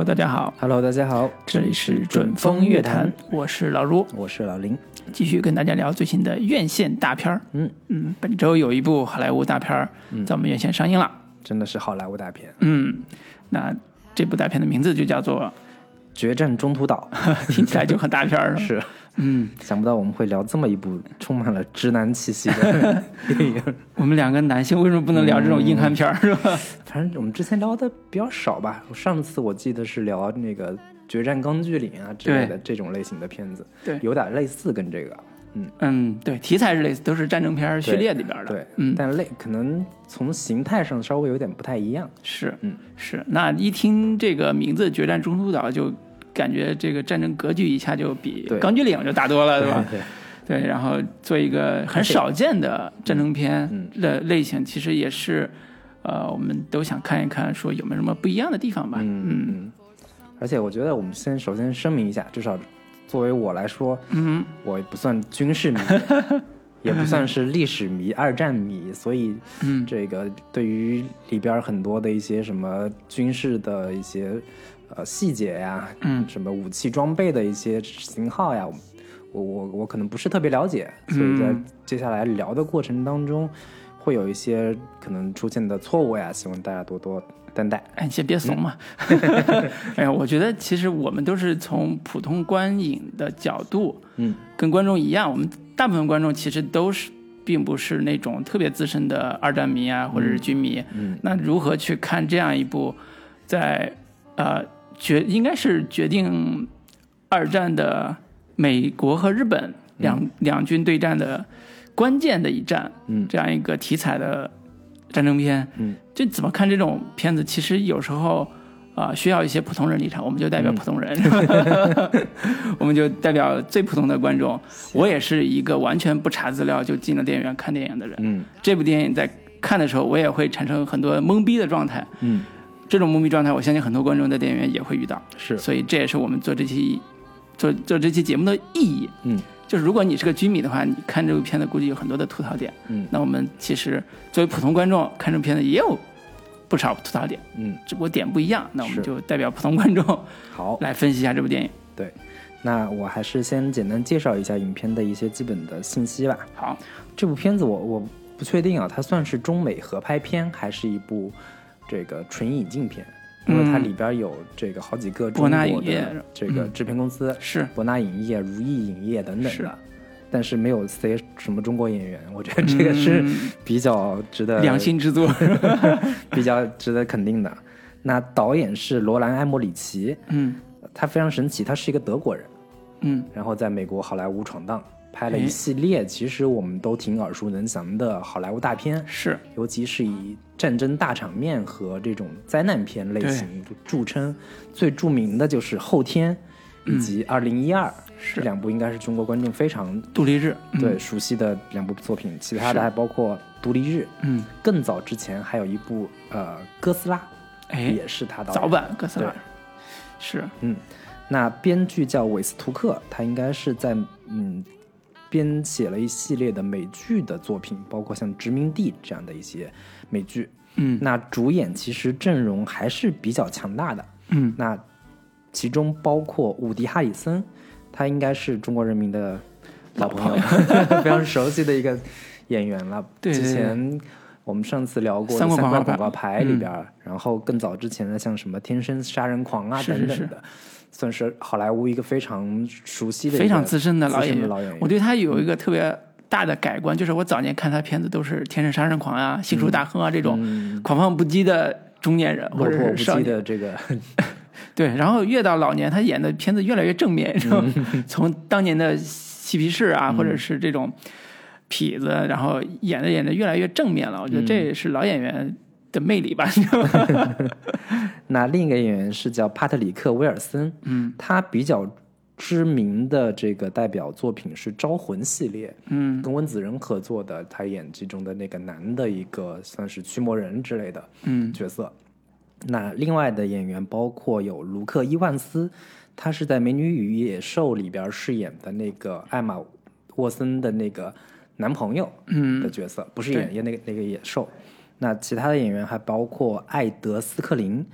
Hello， 大家好。 Hello， 大家好， 这里是准风乐坛，我是老卢， 我是老林， 继续跟大家聊最新的院线大片。本周有一部好莱坞大片在我们院线上映了， 真的是好莱坞大片。 那这部大片的名字就叫做《 决战中途岛》， 听起来就很大片了。 是，想不到我们会聊这么一部充满了直男气息的电影。 我们两个男性为什么不能聊这种硬汉片是吧？ 反正我们之前聊的比较少吧。上次我记得是聊那个《决战钢锯岭》啊之类的这种类型的片子， 对， 有点类似跟这个。 对，题材是类似，都是战争片序列里边的。 对，但可能从形态上稍微有点不太一样。 是，是。那一听这个名字《决战中途岛》，就感觉这个战争格局一下就比《钢锯岭》就大多了，对吧？对，然后做一个很少见的战争片的类型，其实也是，我们都想看一看，说有没有什么不一样的地方吧。 而且我觉得我们首先声明一下，至少作为我来说，我也不算军事迷，也不算是历史迷、二战迷，所以这个对于里边很多的一些什么军事的一些细节呀，什么武器装备的一些型号呀，我可能不是特别了解，所以在接下来聊的过程当中，会有一些可能出现的错误呀，希望大家多多担待。 你先别怂嘛。哎呀，我觉得其实我们都是从普通观影的角度，跟观众一样，我们大部分观众其实都是并不是那种特别资深的二战迷啊，或者是军迷。那如何去看这样一部在应该是决定二战的美国和日本两军对战的关键的一战，这样一个题材的战争片，就怎么看这种片子，其实有时候需要一些普通人立场，我们就代表普通人，我们就代表最普通的观众。我也是一个完全不查资料就进了电影院看电影的人，这部电影在看的时候，我也会产生很多懵逼的状态，这种懵逼状态，我相信很多观众在电影院也会遇到， 是，所以这也是我们做这期节目的意义。就是如果你是个军迷的话，你看这部片子估计有很多的吐槽点。那我们其实作为普通观众看这部片子也有不少吐槽点，只不过点不一样。那我们就代表普通观众好来分析一下这部电影。 对，那我还是先简单介绍一下影片的一些基本的信息吧。 好， 这部片子我不确定啊，它算是中美合拍片还是一部这个纯引进片？因为它里边有这个好几个中国的这个制片公司， 是博纳影业、如意影业等等的，但是没有塞什么中国演员，我觉得这个是比较值得良心之作， 比较值得肯定的。那导演是罗兰·埃莫里奇，他非常神奇，他是一个德国人，然后在美国好莱坞闯荡。拍了一系列其实我们都挺耳熟能详的好莱坞大片， 是， 尤其是以战争大场面和这种灾难片类型著称，最著名的就是《后天》以及《2012》，这两部应该是中国观众非常独立日对熟悉的两部作品，其他的还包括《独立日》，更早之前还有一部哥斯拉，也是他导演早版哥斯拉，是， 那编剧叫韦斯图克，他应该是在编写了一系列的美剧的作品，包括像《殖民地》这样的一些美剧。那主演其实阵容还是比较强大的。那其中包括伍迪·哈里森，他应该是中国人民的老朋友，非常熟悉的一个演员了。 对， 之前我们上次聊过《三国广告牌》里边，然后更早之前的像什么《天生杀人狂》啊等等的。算是好莱坞一个非常熟悉的、 非常资深的老演员。 我对他有一个特别大的改观，就是我早年看他片子都是《天生杀人狂》啊、《刑术大亨》啊这种狂放不羁的中年人，或者是少年的这个。 对，然后越到老年，他演的片子越来越正面，从当年的嬉皮士啊，或者是这种痞子，然后演着越来越正面了。我觉得这也是老演员的魅力吧。 那另一个演员是叫帕特里克·威尔森，他比较知名的这个代表作品是《招魂》系列，跟温子仁合作的，他演其中的那个男的一个算是驱魔人之类的角色。那另外的演员包括有卢克·伊万斯，他是在《美女与野兽》里边饰演的那个艾玛·沃森的那个男朋友的角色，不是演那个野兽。那其他的演员还包括艾德·斯克林，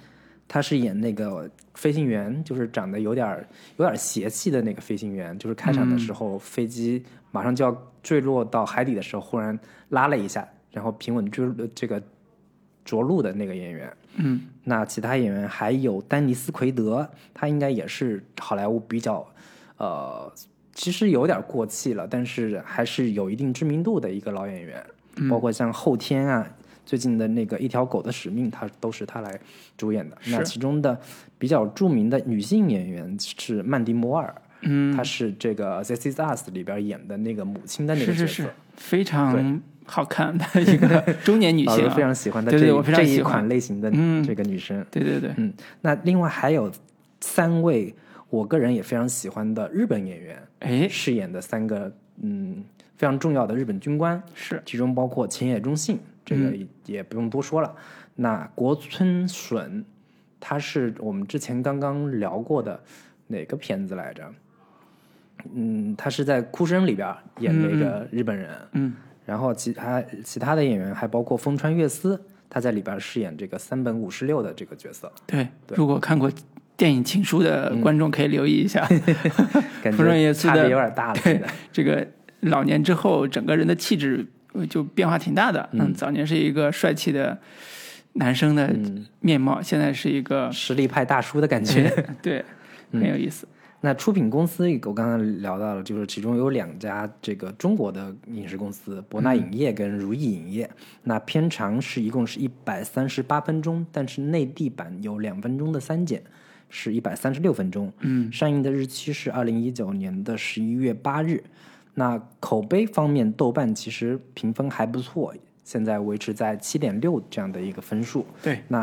他是演那个飞行员，就是长得有点邪气的那个飞行员，就是开场的时候飞机马上就要坠落到海底的时候，忽然拉了一下，然后平稳着陆的那个演员。那其他演员还有丹尼斯奎德，他应该也是好莱坞比较其实有点过气了，但是还是有一定知名度的一个老演员。包括像后天啊，最近的那个一条狗的使命，都是他来主演的。那其中的比较著名的女性演员是曼迪摩尔，她是这个《This Is Us》里边演的那个母亲的那个角色， 是非常好看的一个中年女性， 老师非常喜欢的对我非常喜欢这一款类型的这个女生。 对， 那另外还有3位我个人也非常喜欢的日本演员，饰演的3个非常重要的日本军官， 是其中包括前野忠信，这个也不用多说了。那国村隼，他是我们之前刚刚聊过的哪个片子来着？他是在《哭声》里边演那个日本人。然后其他的演员还包括丰川悦司，他在里边饰演这个三本56的这个角色。 对，如果看过电影《情书》的观众可以留意一下， 感觉差别有点大了。 对，这个老年之后整个人的气质就变化挺大的。早年是一个帅气的男生的面貌，现在是一个实力派大叔的感觉。 对，很有意思。 那出品公司我刚刚聊到了，就是其中有2家这个中国的影视公司，博纳影业跟如意影业。那片长一共是138分钟，但是内地版有2分钟的删减，是136分钟。上映的日期是2019年的11月8日。那口碑方面，豆瓣其实评分还不错，现在维持在7.6这样的一个分数。 对， 那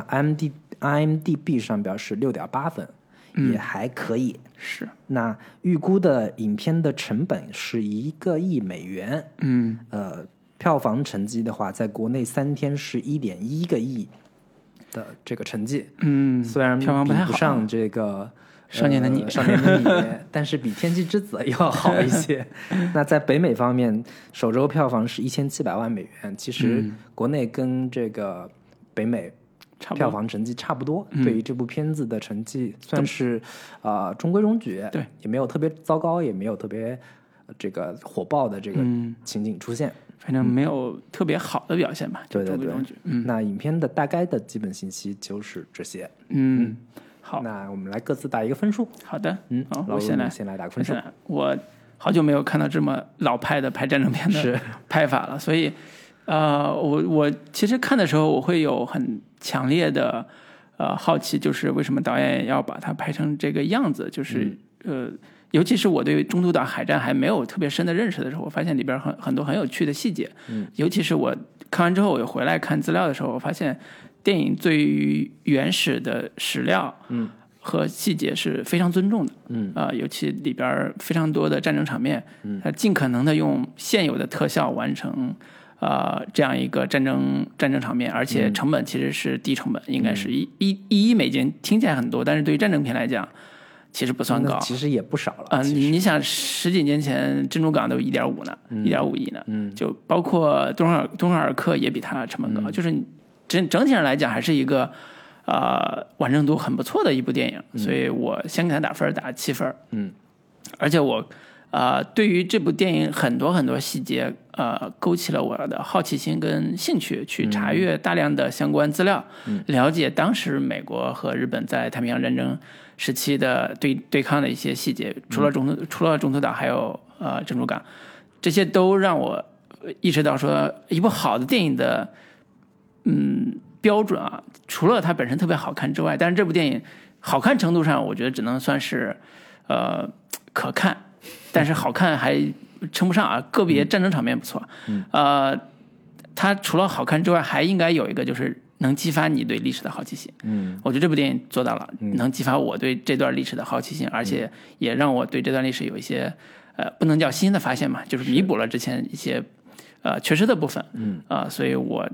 IMDB 上表示6.8分。也还可以。 是。 那预估的影片的成本是1个亿美元。票房成绩的话，在国内3天是1.1个亿的这个成绩。虽然票房不太好， 比不上这个少年的你， 但是比《天气之子》要好一些。那在北美方面，首周票房是1700万美元。其实国内跟这个北美票房成绩差不多，对于这部片子的成绩算是中规中矩， 对， 也没有特别糟糕，也没有特别这个火爆的这个情景出现， 反正没有特别好的表现吧， 对对对。那影片的大概的基本信息就是这些。 好， 那我们来各自打一个分数。 好的，好， 我先来打个分数。 我好久没有看到这么老派的拍战争片的拍法了，所以我其实看的时候我会有很强烈的好奇，就是为什么导演要把它拍成这个样子，就是尤其是我对中途岛海战还没有特别深的认识的时候，我发现里边很多很有趣的细节。尤其是我看完之后我又回来看资料的时候，我发现电影对于原始的史料和细节是非常尊重的。尤其里边非常多的战争场面，它尽可能的用现有的特效完成这样一个战争场面，而且成本其实是低成本，应该是1亿美金，听起来很多，但是对于战争片来讲其实不算高， 其实也不少了。 你想10几年前珍珠港都1.5呢，1.5亿呢，就包括东海尔克也比它成本高，就是整体上来讲还是一个完成度很不错的一部电影，所以我先给它打分，打7分。而且我对于这部电影很多很多细节勾起了我的好奇心跟兴趣，去查阅大量的相关资料，了解当时美国和日本在太平洋战争时期的对抗的一些细节，除了中途岛还有珍珠港，这些都让我意识到说一部好的电影的标准啊，除了它本身特别好看之外，但是这部电影好看程度上我觉得只能算是可看，但是好看还称不上啊，个别战争场面不错。它除了好看之外，还应该有一个就是能激发你对历史的好奇心。我觉得这部电影做到了，能激发我对这段历史的好奇心，而且也让我对这段历史有一些不能叫新的发现嘛，就是弥补了之前一些缺失的部分。所以我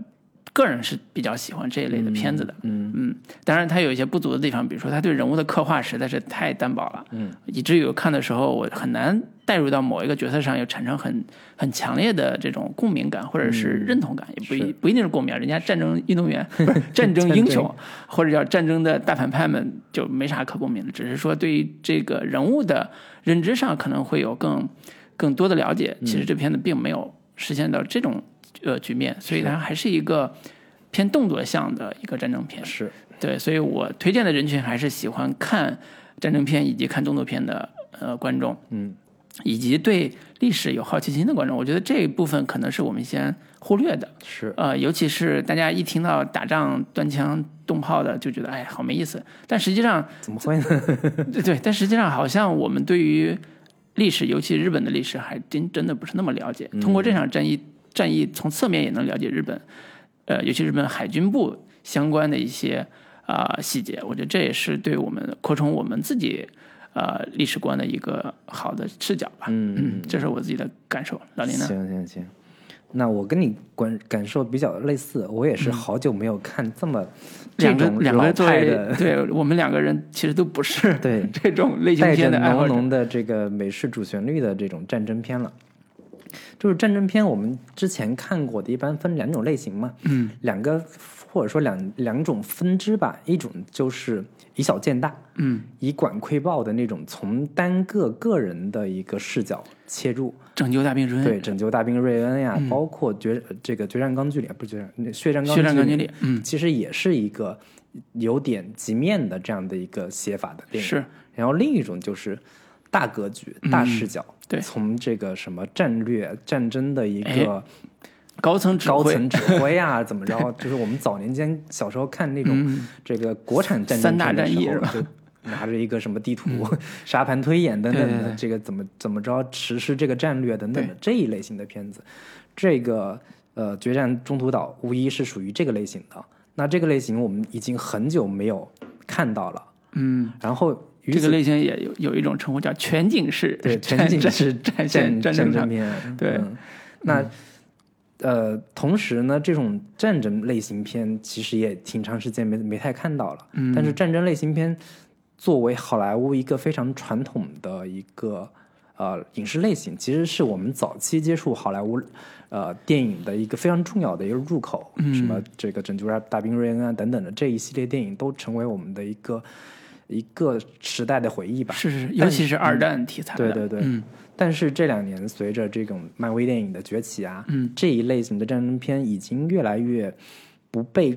个人是比较喜欢这一类的片子的。当然它有一些不足的地方，比如说它对人物的刻画实在是太单薄了，以至于我看的时候我很难带入到某一个角色上，有产生很强烈的这种共鸣感或者是认同感，也不一定是共鸣，人家战争运动员不是战争英雄或者叫战争的大反派们就没啥可共鸣的，只是说对于这个人物的认知上可能会有更多的了解。其实这片子并没有实现到这种局面，所以它还是一个偏动作向的一个战争片。 是对，所以我推荐的人群还是喜欢看战争片以及看动作片的观众，以及对历史有好奇心的观众。我觉得这一部分可能是我们先忽略的， 是尤其是大家一听到打仗端枪动炮的就觉得哎好没意思，但实际上怎么会呢？ 对，但实际上好像我们对于历史，尤其日本的历史还真的不是那么了解。通过这场战役从侧面也能了解日本，尤其日本海军部相关的一些细节。我觉得这也是对我们扩充我们自己历史观的一个好的视角吧。这是我自己的感受。老林呢？ 行，那我跟你感受比较类似，我也是好久没有看这么这种老派的， 对我们两个人其实都不是对这种类型片的爱好者， 带着浓浓的这个美式主旋律的这种战争片了。就是战争片，我们之前看过的，一般分两种类型嘛，两个或者说两种分支吧。一种就是以小见大，以管窥豹的那种，从单个人的一个视角切入， 拯救大兵瑞恩， 对，拯救大兵瑞恩呀，包括决战钢锯岭，不是血战钢锯岭，其实也是一个有点极面的这样的一个写法的电影。 是， 然后另一种就是大格局、大视角。 对， 从这个什么战略战争的一个高层指挥啊，怎么着？就是我们早年间小时候看那种这个国产战争片的时候，就拿着一个什么地图、沙盘推演等等的，这个怎么着实施这个战略等等的这一类型的片子，这个决战中途岛无疑是属于这个类型的。那这个类型我们已经很久没有看到了，然后。 这个类型也有一种称呼叫全景式， 对，全景式战争片。 对， 那同时呢，这种战争类型片其实也挺长时间没太看到了。但是战争类型片作为好莱坞一个非常传统的一个影视类型，其实是我们早期接触好莱坞电影的一个非常重要的一个入口。什么这个拯救大兵瑞恩啊等等的这一系列电影都成为我们的一个时代的回忆吧。 是，尤其是二战题材的。 对。但是这2年随着这种漫威电影的崛起啊，这一类型的战争片已经越来越不被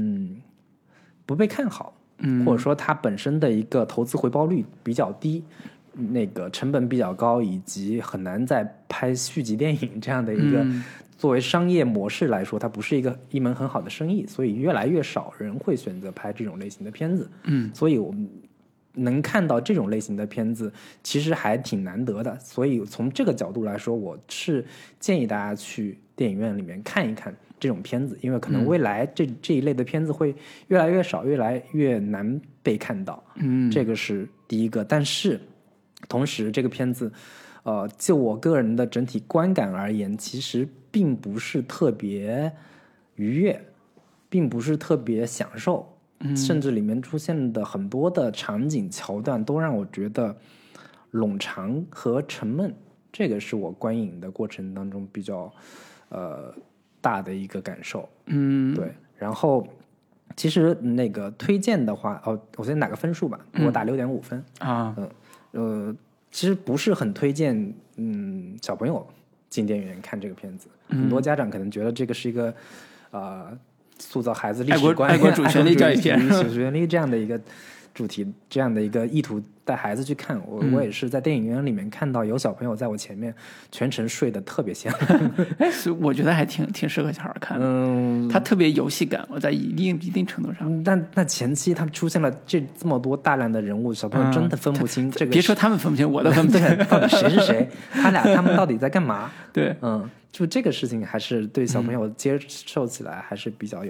看好，或者说它本身的一个投资回报率比较低，那个成本比较高，以及很难再拍续集电影这样的一个作为商业模式来说，它不是一门很好的生意，所以越来越少人会选择拍这种类型的片子。所以我们能看到这种类型的片子其实还挺难得的，所以从这个角度来说，我是建议大家去电影院里面看一看这种片子，因为可能未来这一类的片子会越来越少，越来越难被看到。这个是第一个。但是同时这个片子就我个人的整体观感而言，其实并不是特别愉悦，并不是特别享受，甚至里面出现的很多的场景桥段都让我觉得冗长和沉闷，这个是我观影的过程当中比较大的一个感受。对。然后其实那个推荐的话，我先打个分数吧，我打6.5分啊。其实不是很推荐小朋友进电影院看这个片子，很多家长可能觉得这个是一个塑造孩子历史观、 爱国主旋律教育片、 主旋律这样的一个主题，这样的一个意图带孩子去看。我也是在电影院里面看到有小朋友在我前面全程睡得特别香。 我觉得还挺适合小孩看的。它特别游戏感，我在一定程度上。 那前期他们出现了这么多大量的人物，小朋友真的分不清这个。 别说他们分不清，我都分不清到底谁是谁，他们到底在干嘛？ 对， 就这个事情还是对小朋友接受起来还是比较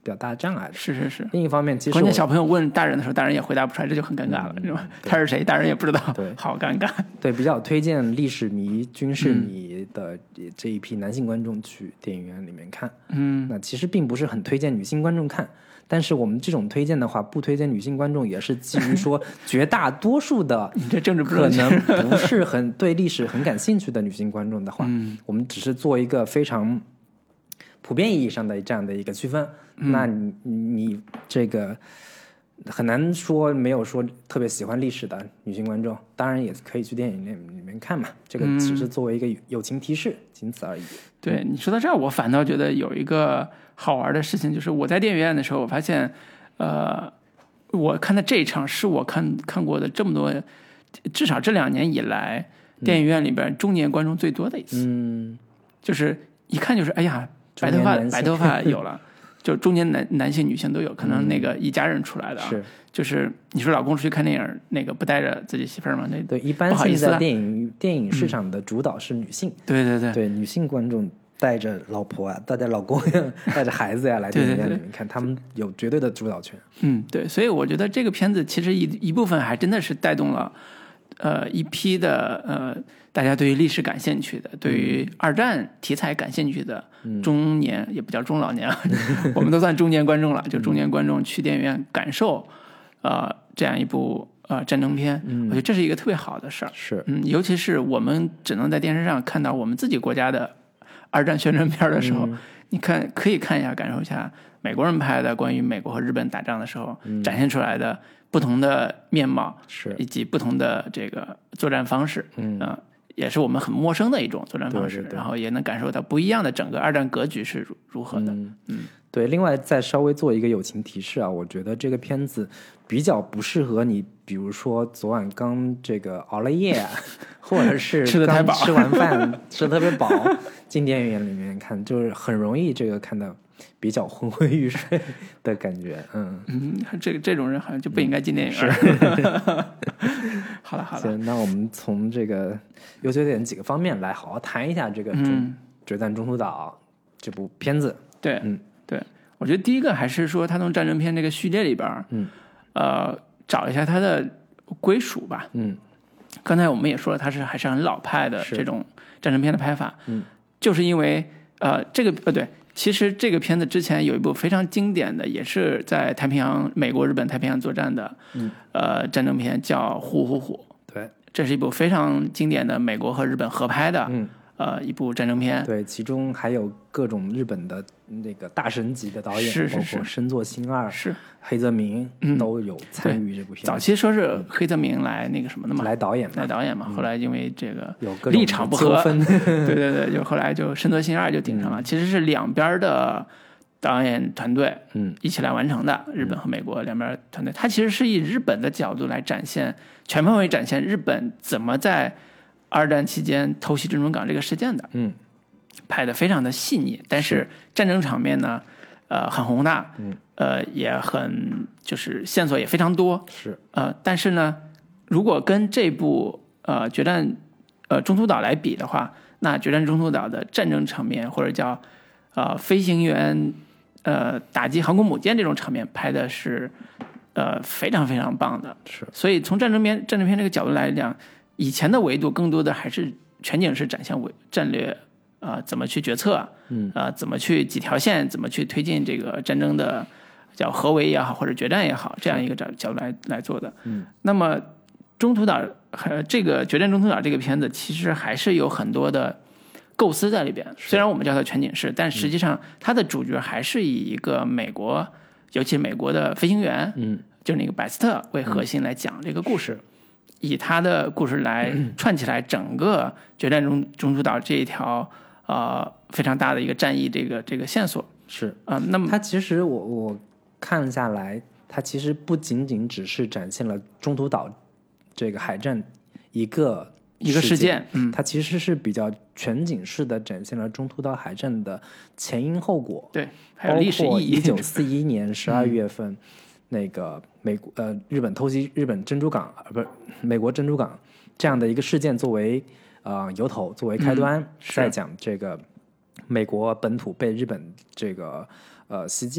比较大的障碍的。 是。 另一方面，其实关键小朋友问大人的时候，大人也回答不出来，这就很尴尬了，是吧？他是谁，大人也不知道， 对， 好尴尬。 对，比较推荐历史迷、军事迷的这一批男性观众去电影院里面看。那其实并不是很推荐女性观众看。但是我们这种推荐的话，不推荐女性观众，也是基于说绝大多数的你这政治可能不是很对历史很感兴趣的女性观众的话，我们只是做一个非常普遍意义上的这样的一个区分。那你这个很难说没有说特别喜欢历史的女性观众，当然也可以去电影院里面看嘛，这个只是作为一个友情提示，仅此而已。 对，你说到这儿，我反倒觉得有一个好玩的事情，就是我在电影院的时候，我发现，我看的这一场是我看过的这么多，至少这2年以来，电影院里边中年观众最多的一次。就是一看就是，哎呀，白头发有了。就中年男性、女性都有，可能那个一家人出来的啊，就是你说老公出去看电影，那个不带着自己媳妇儿吗？那对，一般现在电影市场的主导是女性，对，女性观众带着老婆啊，带着老公呀，带着孩子呀来电影院里面看，他们有绝对的主导权。 对，所以我觉得这个片子其实一部分还真的是带动了一批的大家对于历史感兴趣的，对于二战题材感兴趣的中年，也不叫中老年啊，我们都算中年观众了，就中年观众去电影院感受这样一部战争片，我觉得这是一个特别好的事儿。 是， 尤其是我们只能在电视上看到我们自己国家的二战宣传片的时候，你可以看一下，感受一下美国人拍的关于美国和日本打仗的时候展现出来的不同的面貌，以及不同的这个作战方式，也是我们很陌生的一种作战方式， 对， 然后也能感受到不一样的整个二战格局是如何的。 对。另外再稍微做一个友情提示啊，我觉得这个片子比较不适合你，比如说昨晚刚这个熬了夜啊，或者是刚吃完饭吃得特别饱进电影院里面看，就是很容易这个看到比较昏昏欲睡的感觉。 这种人好像就不应该进电影院。好了， 行，那我们从这个优缺点几个方面来好好谈一下这个决战中途岛这部片子。 对，对，我觉得第一个还是说他从战争片这个序列里边，找一下他的归属吧。刚才我们也说了，他还是很老派的这种战争片的拍法。就是因为这个对。其实这个片子之前有一部非常经典的，也是在太平洋美国日本太平洋作战的战争片，叫《虎虎虎》。 对， 这是一部非常经典的美国和日本合拍的一部战争片。 对，其中还有各种日本的那个大神级的导演，包括深作欣二、黑泽明都有参与这部片子。 早期说是黑泽明来那个什么的嘛， 来导演嘛，后来因为这个有各种立场不合，对，就后来就深作欣二就顶上了。其实是两边的导演团队一起来完成的，日本和美国两边团队。它其实是以日本的角度来展现，全方位展现日本怎么在二战期间偷袭珍珠港这个事件的。拍得非常的细腻，但是战争场面呢，很宏大，也很就是线索也非常多，但是呢，如果跟这部决战中途岛来比的话，那决战中途岛的战争场面或者叫飞行员打击航空母舰这种场面拍的是非常非常棒的，所以从战争片这个角度来讲，以前的维度更多的还是全景式展现战略。怎么去决策？怎么去几条线？怎么去推进这个战争的叫合围也好，或者决战也好，这样一个角度来做的。那么中途岛这个决战中途岛这个片子，其实还是有很多的构思在里边。虽然我们叫它全景式，但实际上它的主角还是以一个美国，尤其美国的飞行员，就是那个百斯特为核心来讲这个故事。以他的故事来串起来整个决战中途岛这一条非常大的一个战役这个线索那么它其实我看下来，它其实不仅仅只是展现了中途岛这个海战一个事件， 它其实是比较全景式的展现了中途岛海战的前因后果， 对，还有历史意义。 1941年12月份。那个日本偷袭日本珍珠港，不是美国珍珠港这样的一个事件作为由头，作为开端，在讲这个美国本土被日本这个袭击了，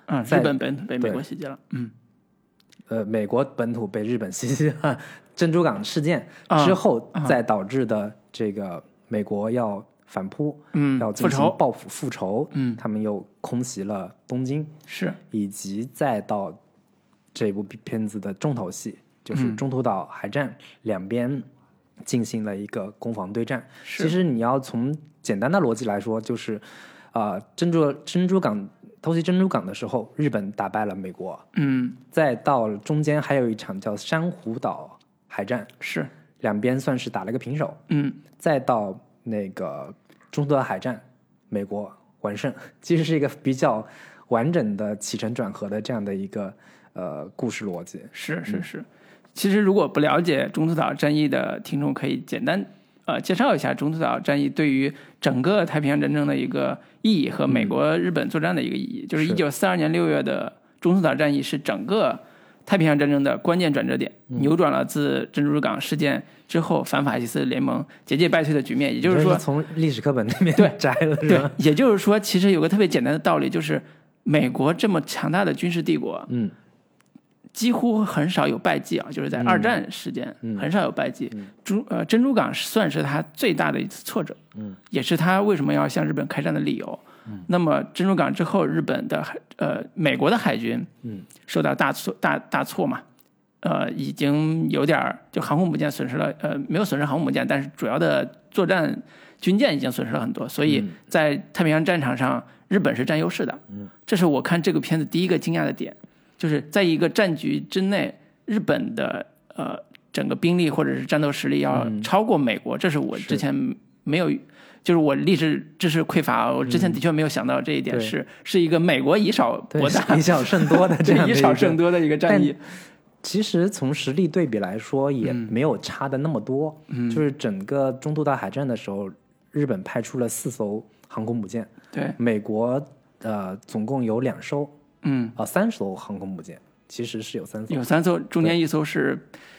日本本土被美国袭击了， 美国本土被日本袭击了，珍珠港事件之后再导致的这个美国要反扑，要进行报复复仇，他们又空袭了东京， 是， 以及再到这部片子的重头戏，就是中途岛海战，两边进行了一个攻防对战。其实你要从简单的逻辑来说，就是珍珠港偷袭珍珠港的时候，日本打败了美国，再到中间还有一场叫珊瑚岛海战， 是， 两边算是打了个平手，再到那个中途岛海战，美国完胜，其实是一个比较完整的起承转合的这样的一个故事逻辑。 是。其实如果不了解中途岛战役的听众，可以简单介绍一下中途岛战役对于整个太平洋战争的一个意义和美国日本作战的一个意义。就是1942年6月的中途岛战役是整个太平洋战争的关键转折点，扭转了自珍珠港事件之后反法西斯联盟节节败退的局面。也就是说， 从历史课本那边摘了，是吧？ 对，也就是说，其实有个特别简单的道理，就是美国这么强大的军事帝国，几乎很少有败绩啊，就是在二战时间，很少有败绩。珍珠港算是他最大的一次挫折，也是他为什么要向日本开战的理由。那么珍珠港之后，日本的美国的海军，受到大挫嘛，已经有点就航空母舰损失了，没有损失航空母舰，但是主要的作战军舰已经损失了很多，所以在太平洋战场上，日本是占优势的。这是我看这个片子第一个惊讶的点。就是在一个战局之内，日本的整个兵力或者是战斗实力要超过美国，这是我之前没有，就是我历史知识匮乏，我之前的确没有想到这一点，是一个美国以少博大， 以少胜多的这样以少胜多的一个战役。 其实从实力对比来说，也没有差的那么多。就是整个中途岛海战的时候，日本派出了4艘航空母舰， 对， 美国总共有2艘。3艘航空母舰，其实是有3艘， 有3艘，中间1艘是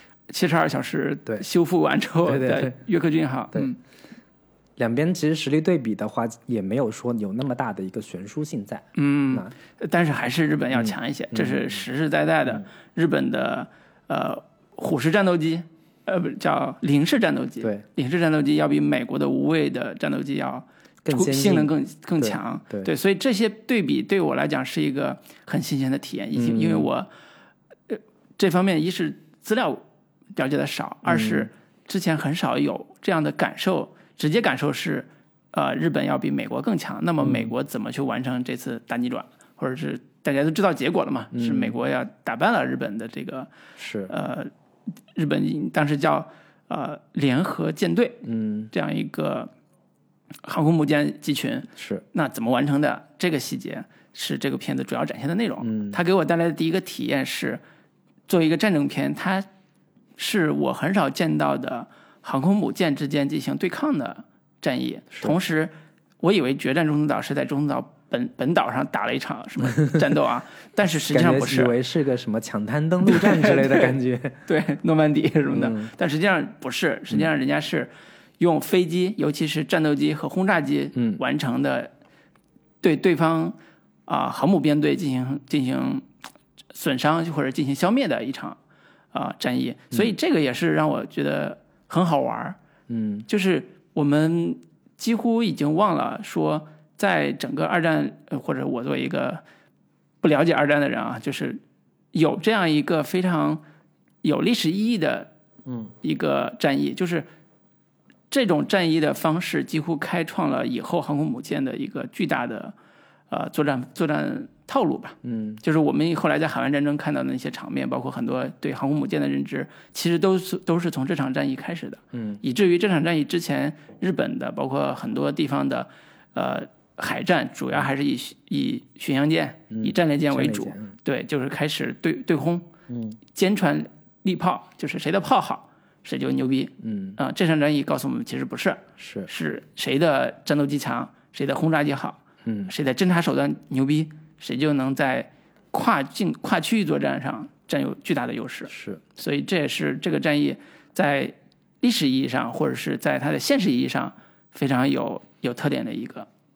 72小时修复完之后的约克郡号。 两边其实实力对比的话，也没有说有那么大的一个悬殊性在。 但是还是日本要强一些，这是实实在在的。日本的虎式战斗机，不叫零式战斗机， 对， 零式战斗机要比美国的无畏的战斗机要性能更强，对，所以这些对比对我来讲是一个很新鲜的体验，因为我这方面一是资料了解的少，二是之前很少有这样的感受，直接感受是日本要比美国更强，那么美国怎么去完成这次大逆转，或者是大家都知道结果了嘛，是美国要打败了日本的这个是日本当时叫联合舰队，这样一个航空母舰集群， 是那怎么完成的？这个细节是这个片子主要展现的内容。它给我带来的第一个体验是，作为一个战争片，它是我很少见到的航空母舰之间进行对抗的战役。同时，我以为决战中途岛是在中途岛本岛上打了一场什么战斗啊，但是实际上不是， 以为是个什么抢滩登陆战之类的感觉， 对，诺曼底什么的，但实际上不是，实际上人家是用飞机，尤其是战斗机和轰炸机完成的，对对方航母编队进行损伤或者进行消灭的一场战役，所以这个也是让我觉得很好玩。就是我们几乎已经忘了说，在整个二战，或者我作为一个不了解二战的人啊，就是有这样一个非常有历史意义的一个战役，就是这种战役的方式几乎开创了以后航空母舰的一个巨大的作战套路吧。就是我们后来在海湾战争看到的那些场面，包括很多对航空母舰的认知，其实都是从这场战役开始的。以至于这场战役之前，日本的包括很多地方的海战主要还是以巡洋舰、以战列舰为主。对，就是开始对轰，坚船利炮，就是谁的炮好谁就牛逼。这场战役告诉我们，其实不是，是谁的战斗机强，谁的轰炸机好，谁的侦察手段牛逼，谁就能在跨区域作战上占有巨大的优势。所以这也是这个战役在历史意义上，或者是在它的现实意义上非常有特点的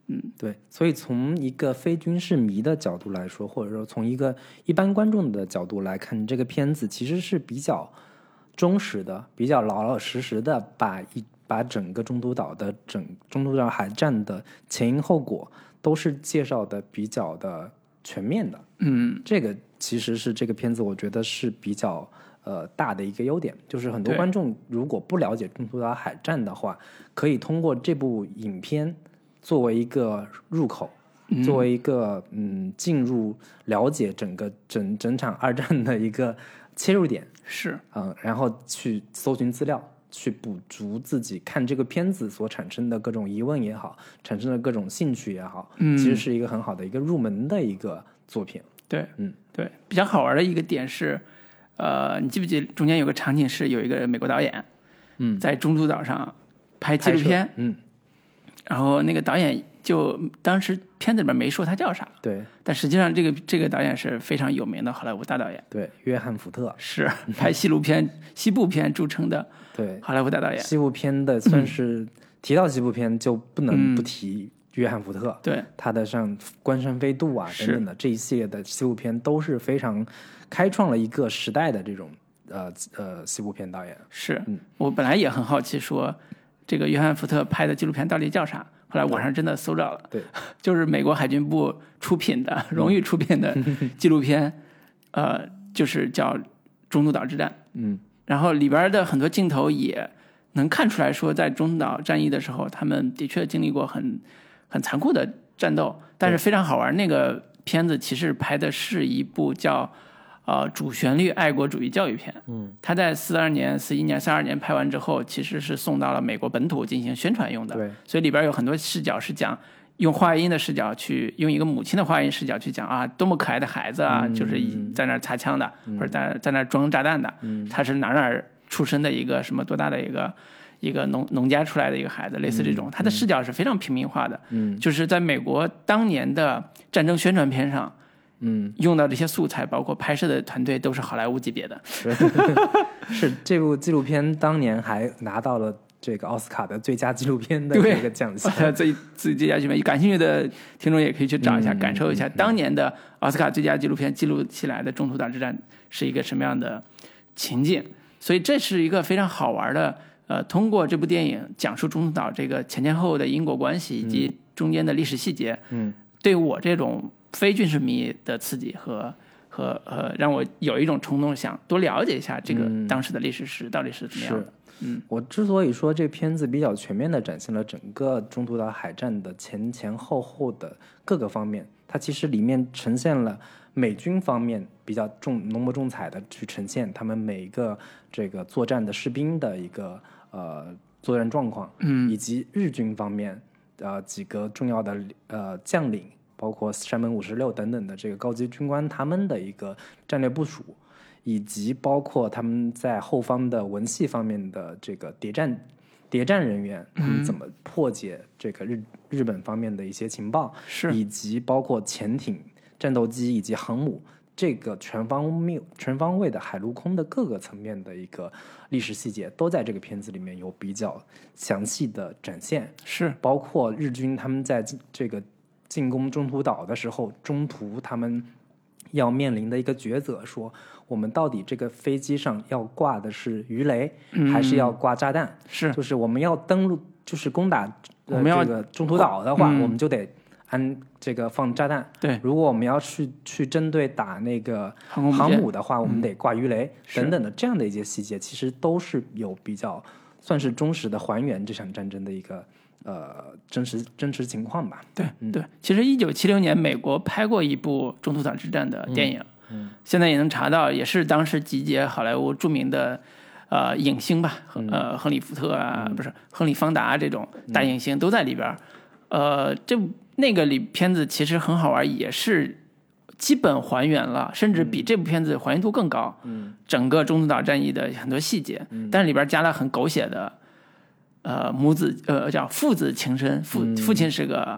对，所以从一个非军事迷的角度来说，或者说从一个一般观众的角度来看，这个片子其实是比较忠实的，比较老老实实的把整个中途岛海战的前因后果都是介绍的比较的全面的。这个其实是这个片子我觉得是比较大的一个优点，就是很多观众如果不了解中途岛海战的话，可以通过这部影片作为一个入口，作为一个进入了解整场二战的一个切入点， 是然后去搜寻资料，去补足自己看这个片子所产生的各种疑问也好，产生的各种兴趣也好，其实是一个很好的一个入门的一个作品。 对，对，比较好玩的一个点是，你记不记得中间有个场景是有一个美国导演，在中途岛上拍纪录片，然后那个导演就当时片子里面没说他叫啥， 对， 但实际上这个导演是非常有名的好莱坞大导演， 对，约翰福特是拍西部片著称的， 对， 好莱坞大导演。 西部片的算是提到西部片就不能不提约翰福特， 对， 他的像《关山飞渡》啊等等的这一系列的西部片都是非常开创了一个时代的这种西部片导演。 是，我本来也很好奇说这个约翰福特拍的纪录片到底叫啥，后来网上真的搜着了， 对， 就是美国海军部出品的荣誉出品的纪录片，就是叫《中途岛之战》。然后里边的很多镜头也能看出来说，在中途岛战役的时候，他们的确经历过很残酷的战斗，但是非常好玩。那个片子其实拍的是一部叫主旋律爱国主义教育片。他在41年、42年拍完之后，其实是送到了美国本土进行宣传用的。 对， 所以里边有很多视角是讲用话音的视角去，用一个母亲的话音视角去讲啊，多么可爱的孩子啊，就是在那儿擦枪的，或者在那儿装炸弹的，他是哪儿出生的一个什么多大的一个农家出来的一个孩子，类似这种，他的视角是非常平民化的。就是在美国当年的战争宣传片上，用到这些素材，包括拍摄的团队都是好莱坞级别的。 是这部纪录片当年还拿到了这个奥斯卡的最佳纪录片的这个奖项。 最佳纪录片，感兴趣的听众也可以去找一下，感受一下当年的奥斯卡最佳纪录片记录起来的中途岛之战是一个什么样的情境。所以这是一个非常好玩的。通过这部电影讲述中途岛这个前后的因果关系以及中间的历史细节，对我这种非军事迷的刺激和让我有一种冲动想多了解一下这个当时的历史史到底是怎么样的。 我之所以说这片子比较全面地展现了整个中途岛海战的前后的各个方面，它其实里面呈现了美军方面比较浓墨重彩的去呈现他们每一个这个作战的士兵的一个作战状况，以及日军方面几个重要的将领，包括山本56等等的这个高级军官他们的一个战略部署，以及包括他们在后方的文戏方面的这个谍战人员，他们怎么破解这个日本方面的一些情报，以及包括潜艇、战斗机以及航母这个全方位的海陆空的各个层面的一个历史细节，都在这个片子里面有比较详细的展现。 是包括日军他们在这个进攻中途岛的时候，中途他们要面临的一个抉择，说我们到底这个飞机上要挂的是鱼雷，还是要挂炸弹？就是我们要登陆，就是攻打这个中途岛的话，我们就得按这个放炸弹。 对， 如果我们要去针对打那个航母的话，我们得挂鱼雷等等的这样的一些细节，其实都是有比较算是忠实的还原这场战争的一个真实情况吧。 对，其实1976年美国拍过一部中途岛之战的电影，现在也能查到，也是当时集结好莱坞著名的影星吧，亨利福特啊，不是亨利方达这种大影星都在里边。那个片子其实很好玩，也是基本还原了，甚至比这部片子还原度更高。整个中途岛战役的很多细节，但是里边加了很狗血的叫父子情深，父亲是个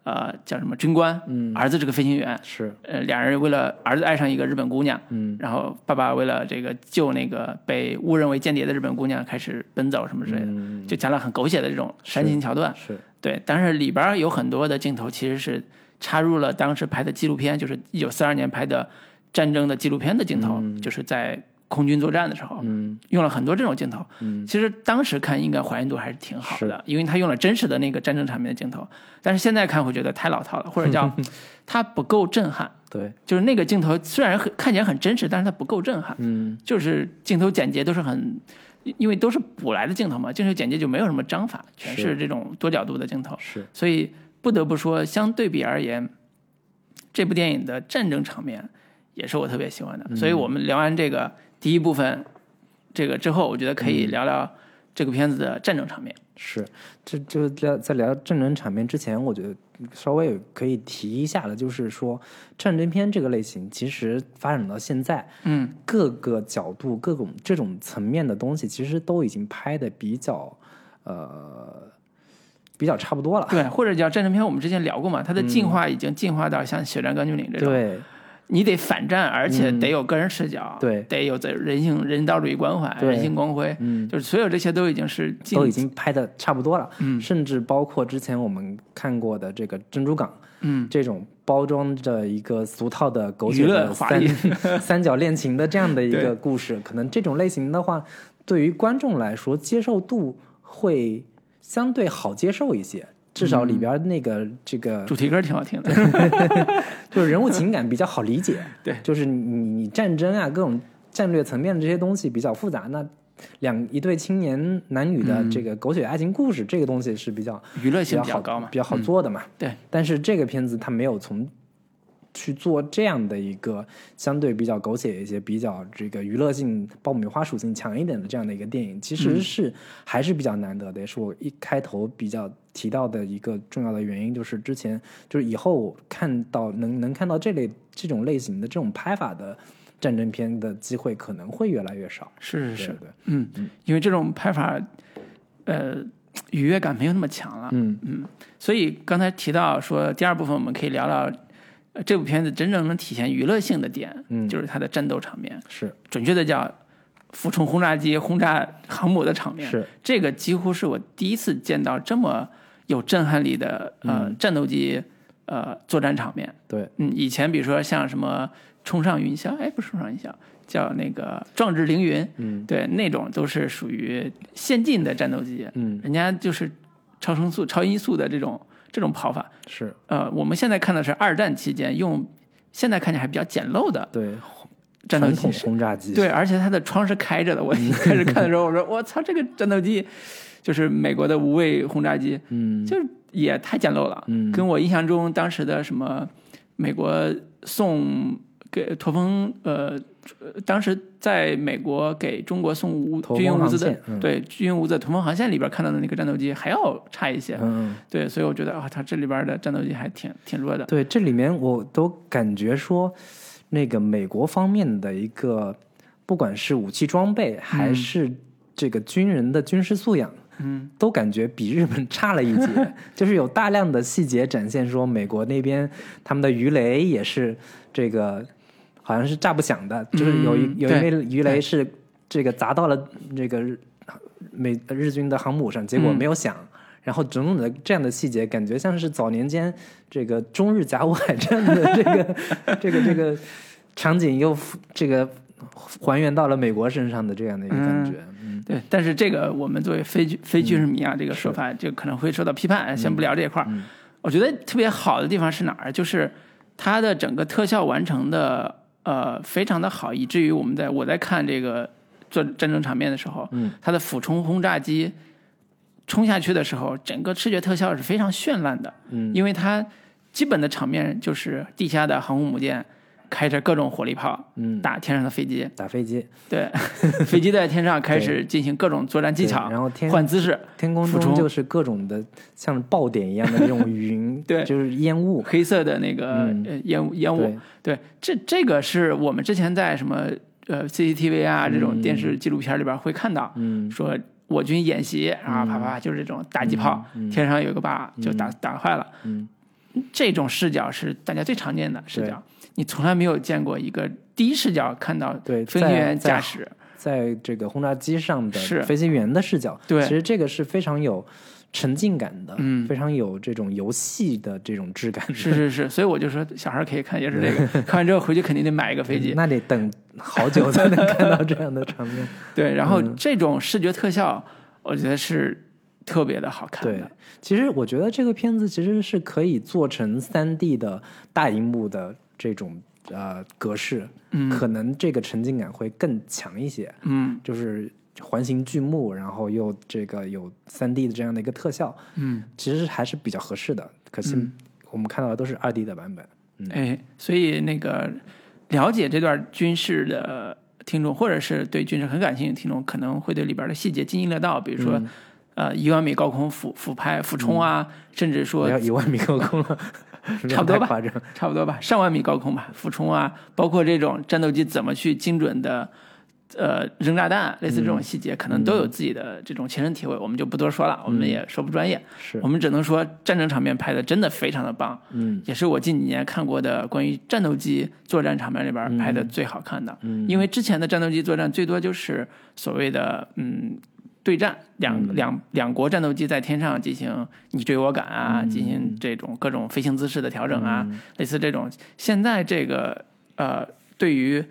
叫什么军官，儿子是个飞行员， 是两人为了儿子爱上一个日本姑娘，然后爸爸为了这个救那个被误认为间谍的日本姑娘开始奔走什么之类的，就讲了很狗血的这种煽情桥段。 是对，但是里边有很多的镜头其实是插入了当时拍的纪录片，就是1942年拍的战争的纪录片的镜头，就是在空军作战的时候，用了很多这种镜头。其实当时看应该还原度还是挺好的，因为他用了真实的那个战争场面的镜头。但是现在看会觉得太老套了，或者叫它不够震撼。 对， 就是那个镜头虽然看起来很真实，但是它不够震撼。就是镜头剪接都是很，因为都是补来的镜头嘛，镜头剪接就没有什么章法，全是这种多角度的镜头。 是， 所以不得不说，相对比而言，这部电影的战争场面也是我特别喜欢的。所以我们聊完这个第一部分这个之后，我觉得可以聊聊这个片子的战争场面。 是，在聊战争场面之前，我觉得稍微可以提一下的，就是说战争片这个类型其实发展到现在，各个角度、各种这种层面的东西，其实都已经拍的比较差不多了。 对，或者叫战争片，我们之前聊过嘛，它的进化已经进化到像《血战钢锯岭》这种。 对。 你得反战，而且得有个人视角， 对， 得有人道主义关怀、人性光辉，就是所有这些都已经拍的差不多了，甚至包括之前我们看过的这个珍珠港，这种包装着一个俗套的狗血的三角恋情的这样的一个故事，可能这种类型的话，对于观众来说接受度会相对好接受一些。至少里边那个这个主题歌挺好听的， 就是人物情感比较好理解。 对， 就是你战争啊，各种战略层面的这些东西比较复杂。那一对青年男女的这个狗血爱情故事，这个东西是比较娱乐性比较高嘛， 比较好做的嘛。 对， 但是这个片子它没有去做这样的一个相对比较狗血一些、比较这个娱乐性、爆米花属性强一点的这样的一个电影，其实还是比较难得的，也是我一开头比较提到的一个重要的原因，就是之前就是以后看到能看到这种类型的这种拍法的战争片的机会可能会越来越少。 是， 对， 因为这种拍法，愉悦感没有那么强了。所以刚才提到说第二部分我们可以聊聊。这部片子真正能体现娱乐性的点，就是它的战斗场面， 是准确的叫俯冲轰炸机轰炸航母的场面。 是这个几乎是我第一次见到这么有震撼力的战斗机作战场面。 对， 以前比如说像什么冲上云霄，不是冲上云霄，叫那个壮志凌云，对，那种都是属于先进的战斗机，人家就是超声速、超音速的这种跑法。 是， 我们现在看的是二战期间用现在看起来还比较简陋的对战斗机传统轰炸机， 对，而且它的窗是开着的。我一开始看的时候，我说我操，这个战斗机就是美国的无畏轰炸机，就是也太简陋了，跟我印象中当时的什么美国送给驼峰当时在美军给中国送军用物资的，对，军用物资驼峰航线里边看到的那个战斗机还要差一些，对，所以我觉得它这里边的战斗机还挺弱的。 对，这里面我都感觉说，那个美国方面的一个，不管是武器装备还是这个军人的军事素养，都感觉比日本差了一截，就是有大量的细节展现说，美国那边他们的鱼雷也是这个。好像是炸不响的，就是有一枚鱼雷是这个砸到了这个日军的航母上，结果没有响。然后种种的这样的细节，感觉像是早年间这个中日甲午海战的这个场景又这个还原到了美国身上的这样的一个感觉。 对，但是这个我们作为非军事迷啊，这个说法就可能会受到批判，先不聊这一块。我觉得特别好的地方是哪儿？就是它的整个特效完成的。非常的好，以至于我在看这个做战争场面的时候，它的俯冲轰炸机冲下去的时候，整个视觉特效是非常绚烂的，因为它基本的场面就是地下的航空母舰开着各种火力炮，打天上的飞机， 打飞机， 对，飞机在天上开始进行各种作战技巧， 然后换姿势， 天空中就是各种的像爆点一样的这种云， 对， 就是烟雾， 黑色的那个烟雾，对，这个是我们之前在什么CCTV 啊这种电视纪录片里边会看到，说我军演习啊，啪啪就是这种打击炮，天上有个靶就打坏了， 这种视角是大家最常见的视角，你从来没有见过一个第一视角看到飞行员驾驶在这个轰炸机上的飞行员的视角， 对， 其实这个是非常有沉浸感的，非常有这种游戏的这种质感的。 是，所以我就说小孩可以看，也是这个，看完之后回去肯定得买一个飞机， 那得等好久才能看到这样的场面。 对，然后这种视觉特效，我觉得是特别的好看的。 对，其实我觉得这个片子其实是可以做成3D 的大荧幕的这种格式，可能这个沉浸感会更强一些。就是环形巨幕，然后又这个有3D 的这样的一个特效，其实还是比较合适的。可惜我们看到的都是2D 的版本。 所以那个了解这段军事的听众，或者是对军事很感兴趣的听众，可能会对里边的细节津津乐道，比如说1万米高空俯拍、俯冲啊，甚至说要1万米高空了。 差不多吧，上万米高空吧，俯冲啊，包括这种战斗机怎么去精准的扔炸弹，类似这种细节，可能都有自己的这种切身体会，我们就不多说了，我们也说不专业，我们只能说战争场面拍的真的非常的棒，也是我近几年看过的关于战斗机作战场面里边拍的最好看的，因为之前的战斗机作战最多就是所谓的对战，两国战斗机在天上进行你追我赶啊，进行这种各种飞行姿势的调整啊，类似这种。现在这个对于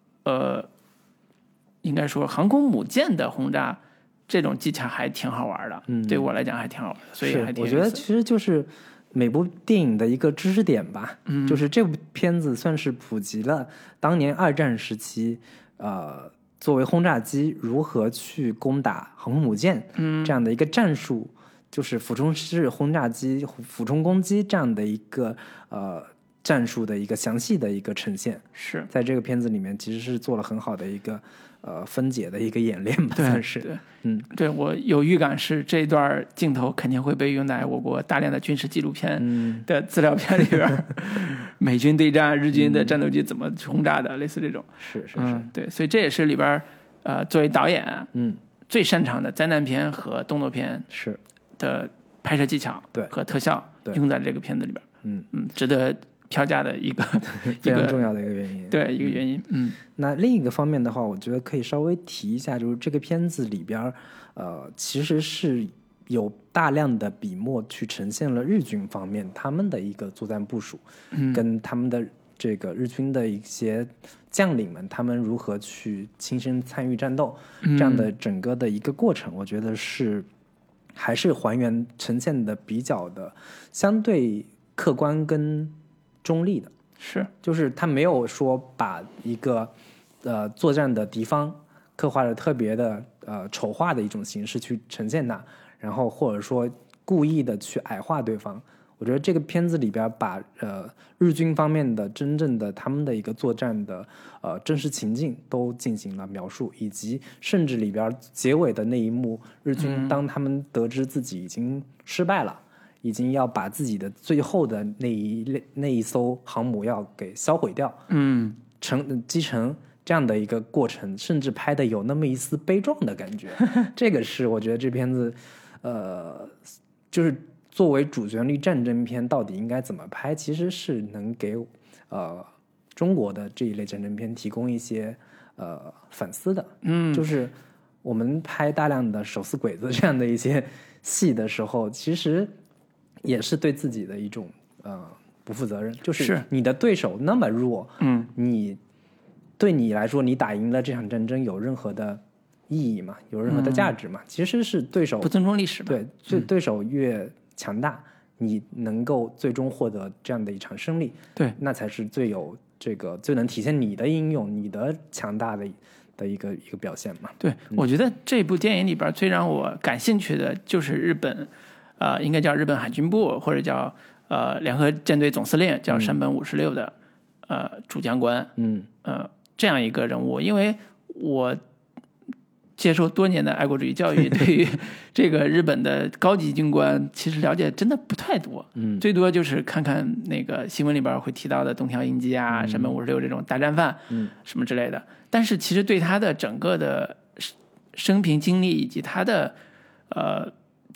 应该说航空母舰的轰炸，这种技巧还挺好玩的，对我来讲还挺好玩的，所以还挺有意思。 我觉得其实就是每部电影的一个知识点吧，就是这部片子算是普及了当年2战时期作为轰炸机如何去攻打航空母舰这样的一个战术，就是俯冲式轰炸机、俯冲攻击这样的一个战术的一个详细的一个呈现， 是在这个片子里面其实是做了很好的一个分解的一个演练吧，算是。 对，我有预感是这段镜头肯定会被用在我国大量的军事纪录片的资料片里边，美军对战日军的战斗机怎么轰炸的，类似这种。 是， 对，所以这也是里边作为导演最擅长的灾难片和动作片是的拍摄技巧和特效用在这个片子里边，值得票价的一个非常重要的一个原因。 对，一个原因。 那另一个方面的话，我觉得可以稍微提一下，就是这个片子里边其实是有大量的笔墨去呈现了日军方面他们的一个作战部署，跟他们的这个日军的一些将领们他们如何去亲身参与战斗，这样的整个的一个过程，我觉得是还是还原呈现的比较的相对客观跟中立的，就是他没有说把一个作战的敌方刻画的特别的丑化的一种形式去呈现它，然后或者说故意的去矮化对方。我觉得这个片子里边把日军方面的真正的他们的一个作战的真实情境都进行了描述，以及甚至里边结尾的那一幕，日军当他们得知自己已经失败了，已经要把自己的最后的那一艘航母要给销毁掉，击沉这样的一个过程，甚至拍的有那么一丝悲壮的感觉。这个是我觉得这片子就是作为主旋律战争片到底应该怎么拍，其实是能给中国的这一类战争片提供一些反思的。就是我们拍大量的手撕鬼子这样的一些戏的时候，其实也是对自己的一种不负责任，就是你的对手那么弱，你对你来说你打赢了这场战争有任何的意义吗？有任何的价值吗？其实是对手不尊重历史嘛。 对，对手越强大，你能够最终获得这样的一场胜利， 对， 那才是最有这个最能体现你的英勇、你的强大的一个表现嘛。 对，我觉得这部电影里边最让我感兴趣的就是日本，应该叫日本海军部或者叫联合舰队总司令，叫山本56的主将官，这样一个人物，因为我接受多年的爱国主义教育，对于这个日本的高级军官其实了解真的不太多，最多就是看看那个新闻里边会提到的东条英机啊、山本56这种大战犯，什么之类的。但是其实对他的整个的生平经历以及他的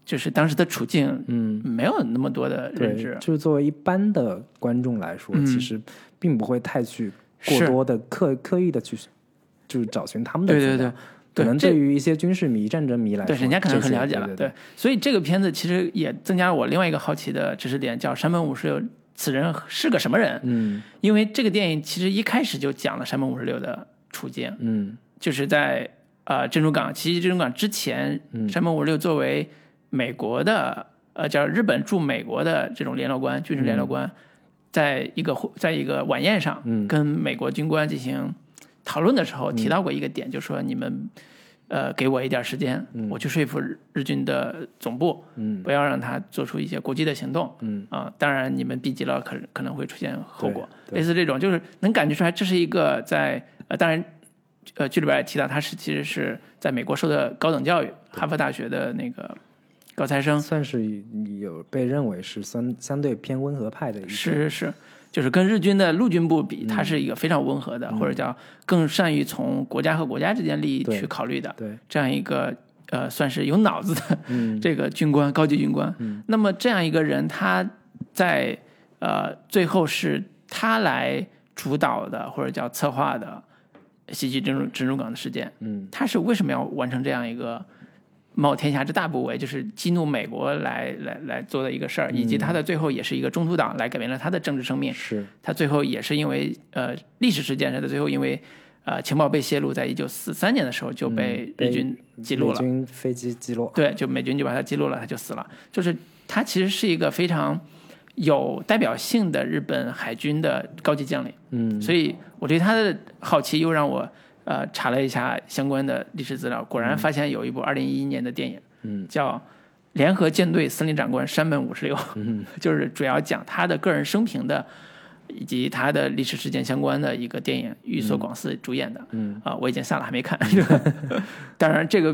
就是当时的处境，没有那么多的认知。 就是作为一般的观众来说，其实并不会太去过多的刻意的去就是找寻他们的资料。 对， 可能对于一些军事迷、战争迷来说， 对人家可能很了解了。 对， 所以这个片子其实也增加了我另外一个好奇的知识点，叫山本五十六此人是个什么人？因为这个电影其实一开始就讲了山本五十六的处境。就是在珍珠港奇迹珍珠港之前，山本五十六作为美国的叫日本驻美国的这种联络官，军事联络官，在一个晚宴上，跟美国军官进行讨论的时候，提到过一个点，就说你们给我一点时间，我去说服日军的总部，不要让他做出一些过激的行动，当然你们逼急了可能会出现后果，类似这种，就是能感觉出来这是一个在当然剧里边也提到他其实是在美国受的高等教育，哈佛大学的那个高材生， 算是有被认为是相对偏温和派的一个， 是。就是跟日军的陆军部比，他是一个非常温和的，或者叫更善于从国家和国家之间利益去考虑的， 对这样一个算是有脑子的这个军官，高级军官。那么这样一个人，他在最后是他来主导的，或者叫策划的袭击珍珠港的事件。他是为什么要完成这样一个冒天下之大不韪，就是激怒美国来做的一个事儿，以及他的最后也是一个中途岛来改变了他的政治生命。 是他最后也是因为历史事件，他的最后因为情报被泄露，在1943年的时候就被日军击落了， 美军飞机击落， 对，就美军就把他击落了，他就死了。就是他其实是一个非常有代表性的日本海军的高级将领。所以我对他的好奇又让我查了一下相关的历史资料，果然发现有一部2011年的电影，叫《联合舰队司令长官山本五十六》，就是主要讲他的个人生平的，以及他的历史事件相关的一个电影，玉所广司主演的。我已经下了还没看。当然，这个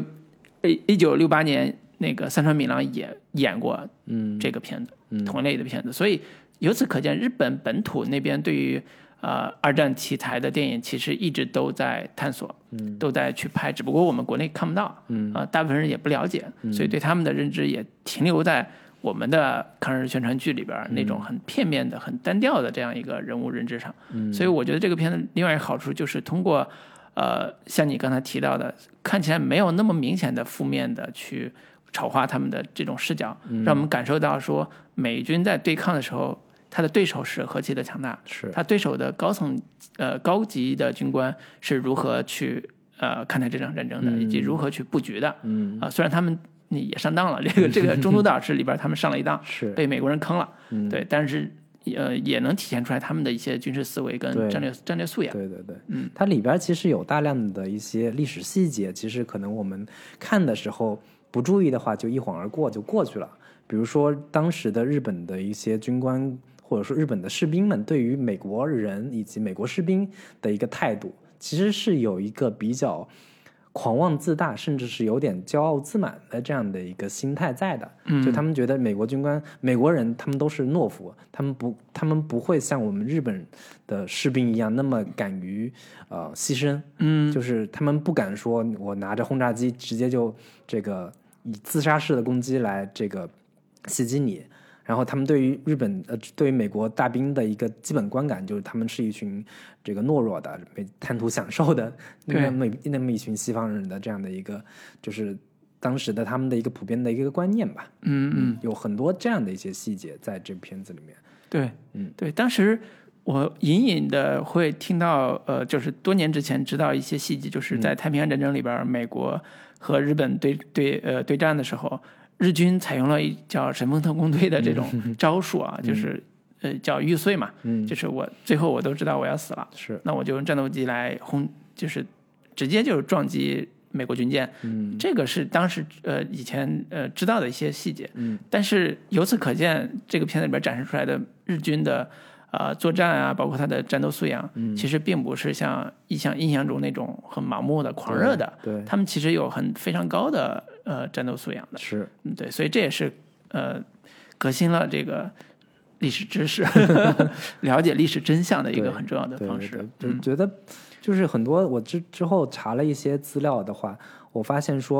1968年那个三川敏郎也演过这个片子，同类的片子，所以由此可见，日本本土那边对于二战题材的电影其实一直都在探索，都在去拍，只不过我们国内看不到，大部分人也不了解，所以对他们的认知也停留在我们的抗日宣传剧里边那种很片面的、很单调的这样一个人物认知上。所以我觉得这个片子另外一个好处就是通过像你刚才提到的，看起来没有那么明显的负面的去丑化他们的这种视角，让我们感受到说美军在对抗的时候，他的对手是何其的强大， 是他对手的高级的军官是如何去看待这场战争的，以及如何去布局的。虽然他们也上当了，这个中途岛是里边他们上了一当， 是被美国人坑了，对，但是也能体现出来他们的一些军事思维跟战略素养。 对，它里边其实有大量的一些历史细节，其实可能我们看的时候不注意的话，就一晃而过就过去了。比如说当时的日本的一些军官，或者说日本的士兵们对于美国人以及美国士兵的一个态度，其实是有一个比较狂妄自大，甚至是有点骄傲自满的这样的一个心态在的。就他们觉得美国军官、美国人他们都是懦夫，他们不会像我们日本的士兵一样那么敢于牺牲。就是他们不敢说我拿着轰炸机直接就这个以自杀式的攻击来这个袭击你。然后他们对于对于美国大兵的一个基本观感就是他们是一群这个懦弱的、贪图享受的那么一群西方人的这样的一个，就是当时的他们的一个普遍的一个观念吧。有很多这样的一些细节在这片子里面。 对，当时我隐隐的会听到就是多年之前知道一些细节，就是在太平洋战争里边，美国和日本对战的时候，日军采用了叫神风特工队的这种招数啊，就是叫玉碎嘛，就是最后我都知道我要死了， 是， 那我就用战斗机来就是直接就撞击美国军舰。这个是当时以前知道的一些细节。但是由此可见，这个片子里边展示出来的日军的作战啊，包括他的战斗素养，其实并不是像印象中那种很盲目的狂热的， 对， 他们其实有非常高的战斗素养的。 是， 对，所以这也是革新了这个历史知识了解历史真相的一个很重要的方式。 就觉得就是很多我之后查了一些资料的话，我发现说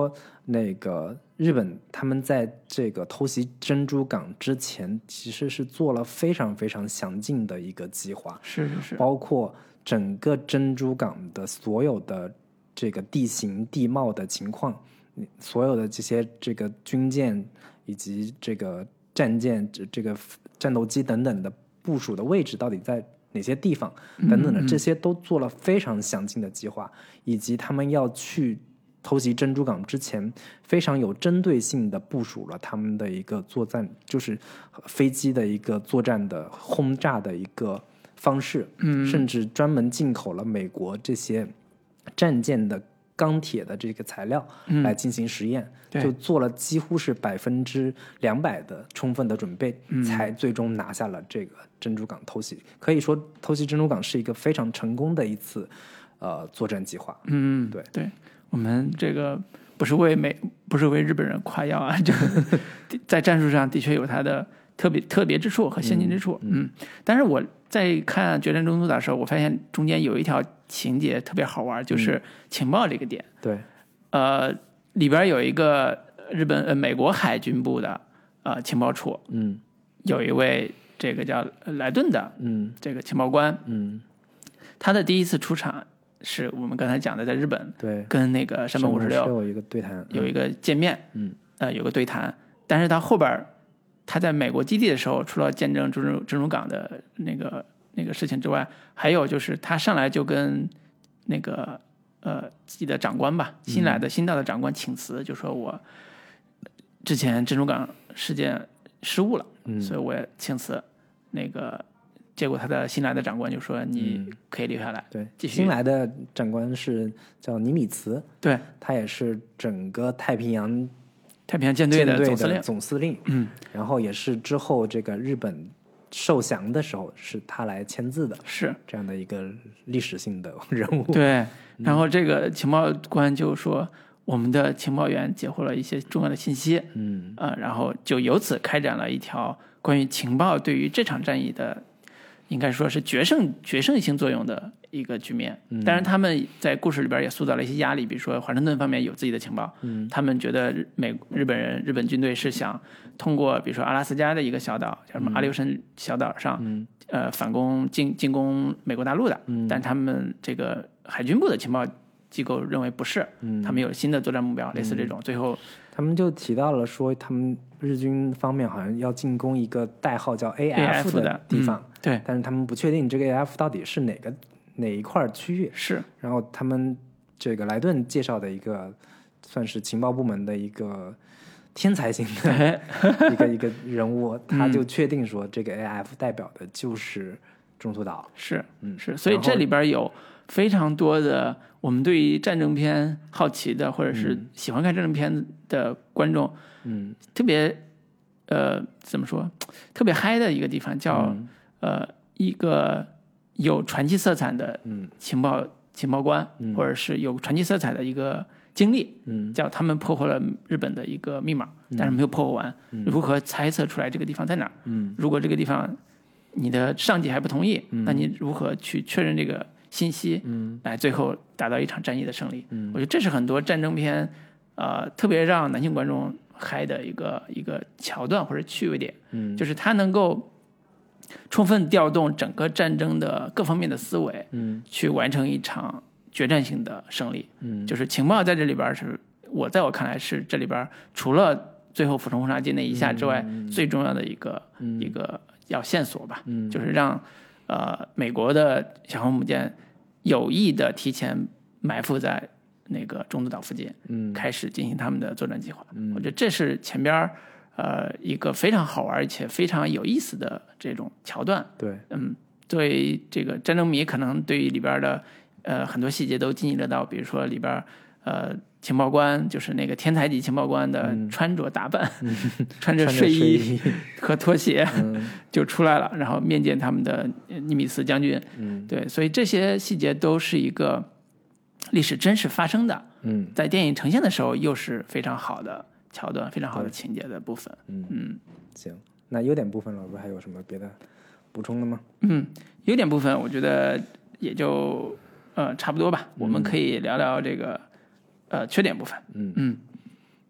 那个日本他们在这个偷袭珍珠港之前，其实是做了非常非常详尽的一个计划， 是， 包括整个珍珠港的所有的这个地形地貌的情况，所有的这个军舰以及这个战舰、这个战斗机等等的部署的位置到底在哪些地方等等的，这些都做了非常详尽的计划，以及他们要去偷袭珍珠港之前，非常有针对性的部署了他们的一个作战，就是飞机的一个作战的轰炸的一个方式，甚至专门进口了美国这些战舰的钢铁的这个材料来进行实验，就做了几乎是200%的充分的准备，才最终拿下了这个珍珠港偷袭。可以说，偷袭珍珠港是一个非常成功的一次作战计划。对， 我们这个不是为日本人夸耀啊，这个在战术上的确有它的特别之处和先进之处。但是我在看《决战中途岛》的时候，我发现中间有一条情节特别好玩，就是情报这个点。 对， 里边有一个美国海军部的情报处，有一位这个叫莱顿的这个情报官，他的第一次出场是我们刚才讲的在日本， 对， 跟那个山本56 有一个对谈， 有一个见面，有个对谈。但是他后边他在美国基地的时候，除了见证珍珠港的那个事情之外，还有就是他上来就跟那个自己的长官吧，新到的长官请辞，就说我之前珍珠港事件失误了，所以我也请辞。那个结果他的新来的长官就说你可以留下来， 对， 继续。 新来的长官是叫尼米茨， 对， 他也是整个太平洋舰队的总司令，然后也是之后这个日本受降的时候是他来签字的， 是这样的一个历史性的人物。 对，然后这个情报官就说我们的情报员截获了一些重要的信息，然后就由此开展了一条关于情报对于这场战役的应该说是决胜性作用的一个局面。当然他们在故事里边也塑造了一些压力，比如说华盛顿方面有自己的情报，他们觉得日本军队是想通过比如说阿拉斯加的一个小岛叫什么阿留申小岛上，反攻进攻美国大陆的，但他们这个海军部的情报机构认为不是，他们有新的作战目标，类似这种。最后他们就提到了说他们日军方面好像要进攻一个代号叫 AF 的地方， 对， 但是他们不确定这个 AF 到底是哪一块区域。 是， 然后他们这个莱顿介绍的一个算是情报部门的一个天才型的一个人物，他就确定说这个 AF 代表的就是中途岛。 是，所以这里边有非常多的我们对于战争片好奇的或者是喜欢看战争片的观众，特别怎么说，特别嗨的一个地方叫一个有传奇色彩的情报官，或者是有传奇色彩的一个经历，叫他们破获了日本的一个密码，但是没有破获完，如何猜测出来这个地方在哪儿？如果这个地方你的上级还不同意，那你如何去确认这个信息，来最后达到一场战役的胜利？我觉得这是很多战争片特别让男性观众嗨的一个桥段或者趣味点，就是它能够充分调动整个战争的各方面的思维，去完成一场决战性的胜利。就是情报在这里边在我看来是这里边除了最后俯冲轰炸机那一下之外，最重要的一个要线索吧，就是让美国的小航母舰有意的提前埋伏在那个中途岛附近，开始进行他们的作战计划。我觉得这是前边一个非常好玩而且非常有意思的这种桥段。 对， 作为这个战争迷，可能对于里边的很多细节都津津乐道，比如说里边情报官就是那个天才级情报官的穿着打扮，穿着睡衣和拖鞋就出来了，然后面见他们的尼米茨将军。对，所以这些细节都是一个历史真实发生的，在电影呈现的时候又是非常好的桥段，非常好的情节的部分。 行，那优点部分老师还有什么别的补充的吗？ 优点部分我觉得也就差不多吧，我们可以聊聊这个缺点部分。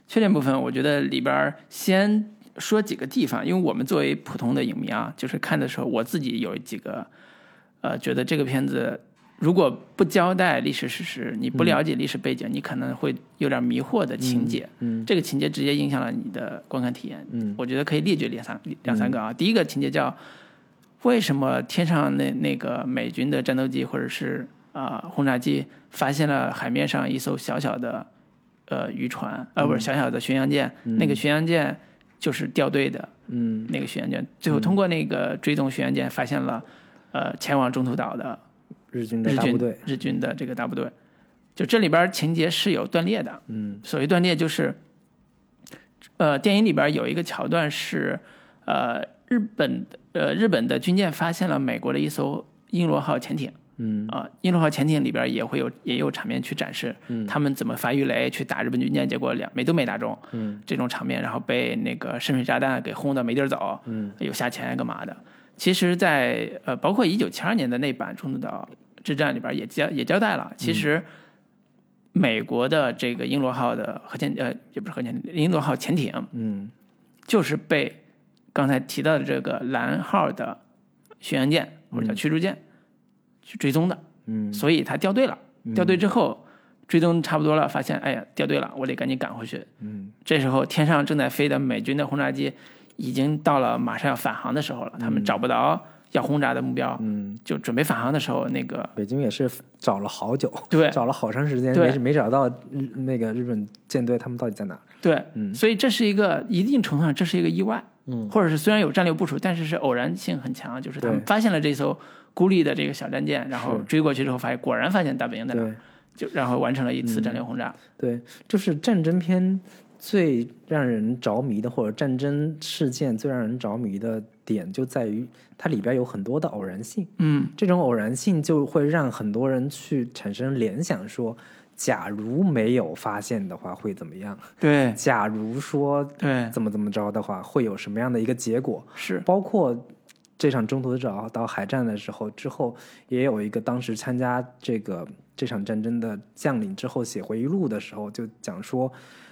缺点部分我觉得里边先说几个地方，因为我们作为普通的影迷啊，就是看的时候我自己有几个觉得这个片子如果不交代历史事实，你不了解历史背景，你可能会有点迷惑的情节，这个情节直接影响了你的观看体验。我觉得可以列举两三个啊。第一个情节叫为什么天上那个美军的战斗机或者是轰炸机发现了海面上一艘小小的渔船，不是小小的巡洋舰，那个巡洋舰就是掉队的，那个巡洋舰最后通过那个追踪巡洋舰发现了前往中途岛的日军的大部队， 日军的这个大部队，就这里边情节是有断裂的。所谓断裂就是，电影里边有一个桥段是，日本的军舰发现了美国的一艘英罗号潜艇。英罗号潜艇里边也有场面去展示，他们怎么发鱼雷去打日本军舰，结果都没打中，这种场面，然后被那个深水炸弹给轰得没地儿走，有下潜干嘛的。其实在包括1972年的那版中途岛之战里边也交代了，其实美国的这个英罗号的也不是核潜艇，英罗号潜艇，就是被刚才提到的这个蓝号的巡洋舰或者叫驱逐舰去追踪的，所以他掉队了，掉队之后追踪差不多了，发现哎呀掉队了，我得赶紧赶回去。这时候天上正在飞的美军的轰炸机已经到了马上要返航的时候了，他们找不到要轰炸的目标，就准备返航的时候，那个北京也是找了好久， 对， 找了好长时间，没找到那个日本舰队他们到底在哪。 对，所以这是一个一定程度上这是一个意外，或者是虽然有战略部署，但是偶然性很强，就是他们发现了这艘孤立的这个小战舰，然后追过去之后果然发现大本营在哪，就然后完成了一次战略轰炸。 对，就是战争片最让人着迷的，或者战争事件最让人着迷的点就在于它里边有很多的偶然性。这种偶然性就会让很多人去产生联想，说假如没有发现的话会怎么样？ 对， 假如说对怎么着的话会有什么样的一个结果？ 是， 包括这场中途岛海战的时候，之后也有一个当时参加这场战争的将领之后写回忆录的时候，就讲说，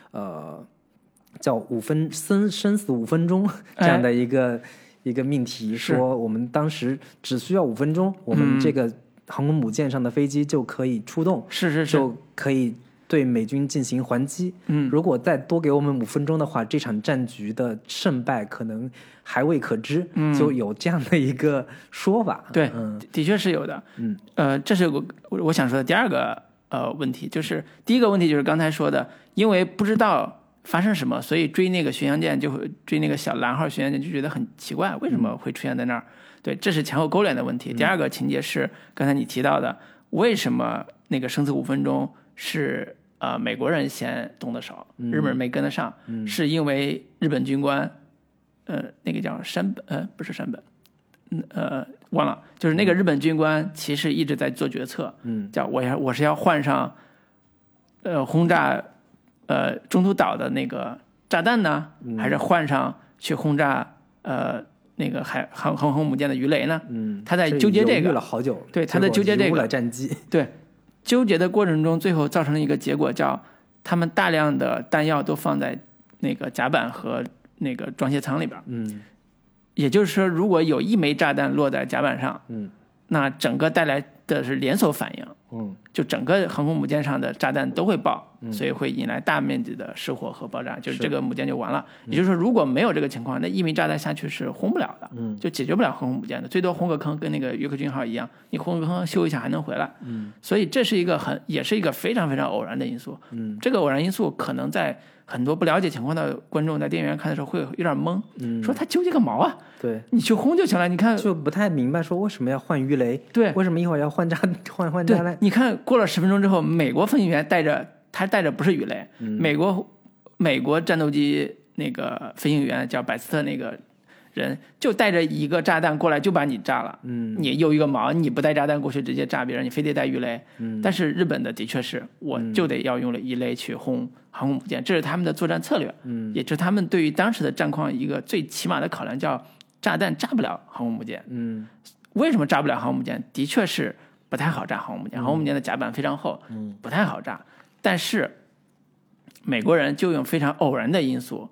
叫生死5分钟这样的一个命题，说我们当时只需要5分钟，我们这个航空母舰上的飞机就可以出动，就可以对美军进行还击。如果再多给我们5分钟的话，这场战局的胜败可能还未可知。就有这样的一个说法。 对，的确是有的。这是我想说的第二个问题，就是第一个问题就是刚才说的，因为不知道发生什么，所以追那个巡洋舰就会追那个小蓝号巡洋舰就觉得很奇怪，为什么会出现在那儿？对，这是前后勾连的问题。第二个情节是刚才你提到的，为什么那个生死5分钟是美国人先动的手，日本人没跟得上，是因为日本军官那个叫山本不是山本忘了，就是那个日本军官其实一直在做决策，叫我是要换上轰炸中途岛的那个炸弹呢，还是换上去轰炸那个航空母舰的鱼雷呢？他在纠结这个， 犹豫了好久。 对，他在纠结这个战机。 对，纠结的过程中，最后造成了一个结果，叫他们大量的弹药都放在那个甲板和那个装卸舱里边。也就是说，如果有1枚炸弹落在甲板上，那整个带来的是连锁反应。就整个航空母舰上的炸弹都会爆，所以会引来大面积的失火和爆炸，就是这个母舰就完了。也就是说，如果没有这个情况，那1枚炸弹下去是轰不了的，就解决不了航空母舰的，最多轰个坑，跟那个约克郡号一样，你轰个坑修一下还能回来。所以这是一个也是一个非常非常偶然的因素。这个偶然因素可能在很多不了解情况的观众在电影院看的时候会有点懵，说他纠结个毛啊？ 对， 你去轰就行了。你看就不太明白，说为什么要换鱼雷？ 对， 为什么一会儿要换炸弹？ 你看过了10分钟之后，美国飞行员带着不是鱼雷，美国战斗机那个飞行员叫百斯特那个人就带着一个炸弹过来就把你炸了，你有一个毛，你不带炸弹过去直接炸别人，你非得带鱼雷。但是日本的确是我就得要用了鱼雷去轰航空母舰，这是他们的作战策略，也是他们对于当时的战况一个最起码的考量，叫炸弹炸不了航空母舰。为什么炸不了航空母舰？的确是不太好炸航空母舰，航空母舰的甲板非常厚，不太好炸。但是美国人就用非常偶然的因素，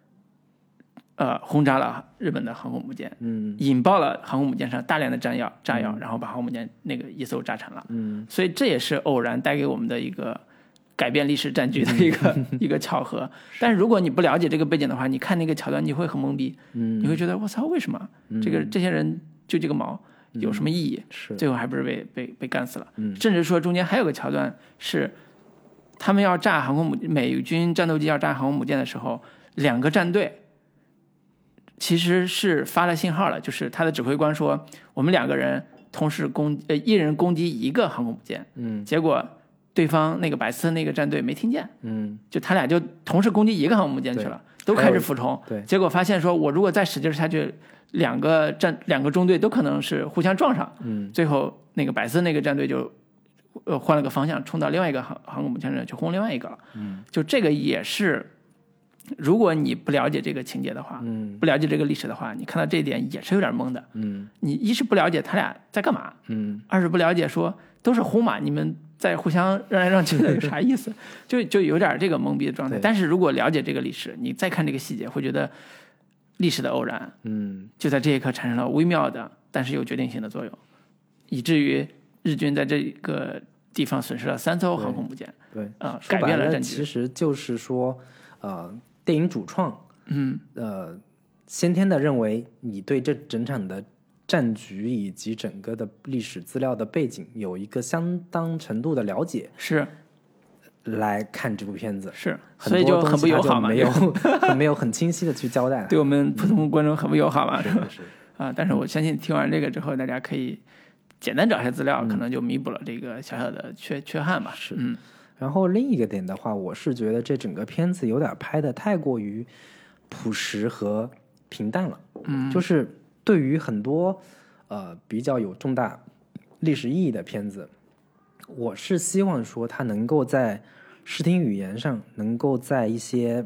轰炸了日本的航空母舰，引爆了航空母舰上大量的炸药，然后把航空母舰那个一艘炸沉了，所以这也是偶然带给我们的一个改变历史战局的一个巧合。但是如果你不了解这个背景的话，你看那个桥段你会很懵逼，你会觉得我操，为什么这些人就这个毛有什么意义？最后还不是被干死了，甚至说中间还有个桥段是他们要炸美军战斗机要炸航空母舰的时候，两个战队其实是发了信号了，就是他的指挥官说我们2个人同时一人攻击一个航空母舰，结果对方那个百思那个战队没听见，就他俩就同时攻击一个航空母舰去了，都开始俯冲，结果发现说我如果再使劲下去，两个中队都可能是互相撞上，最后那个百思那个战队就换了个方向，冲到另外一个航空母舰上去轰另外一个了，就这个也是。如果你不了解这个情节的话，不了解这个历史的话，你看到这一点也是有点懵的。你一是不了解他俩在干嘛，二是不了解说都是轰嘛，你们在互相让来让去的有啥意思？就有点这个懵逼的状态。但是如果了解这个历史，你再看这个细节，会觉得历史的偶然，就在这一刻产生了微妙的，但是有决定性的作用，以至于日军在这个地方损失了3艘航空母舰，改变了战局。 其实就是说，电影主创，先天的认为你对这整场的战局以及整个的历史资料的背景有一个相当程度的了解， 是来看这部片子， 是，所以就很不友好嘛， 没有很清晰的去交代， 对我们普通观众很不友好嘛， 是但是我相信听完这个之后，大家可以简单找一下资料，可能就弥补了这个小小的缺憾吧， 是。然后另一个点的话，我是觉得这整个片子有点拍的太过于朴实和平淡了，就是对于很多比较有重大历史意义的片子，我是希望说它能够在视听语言上，能够在一些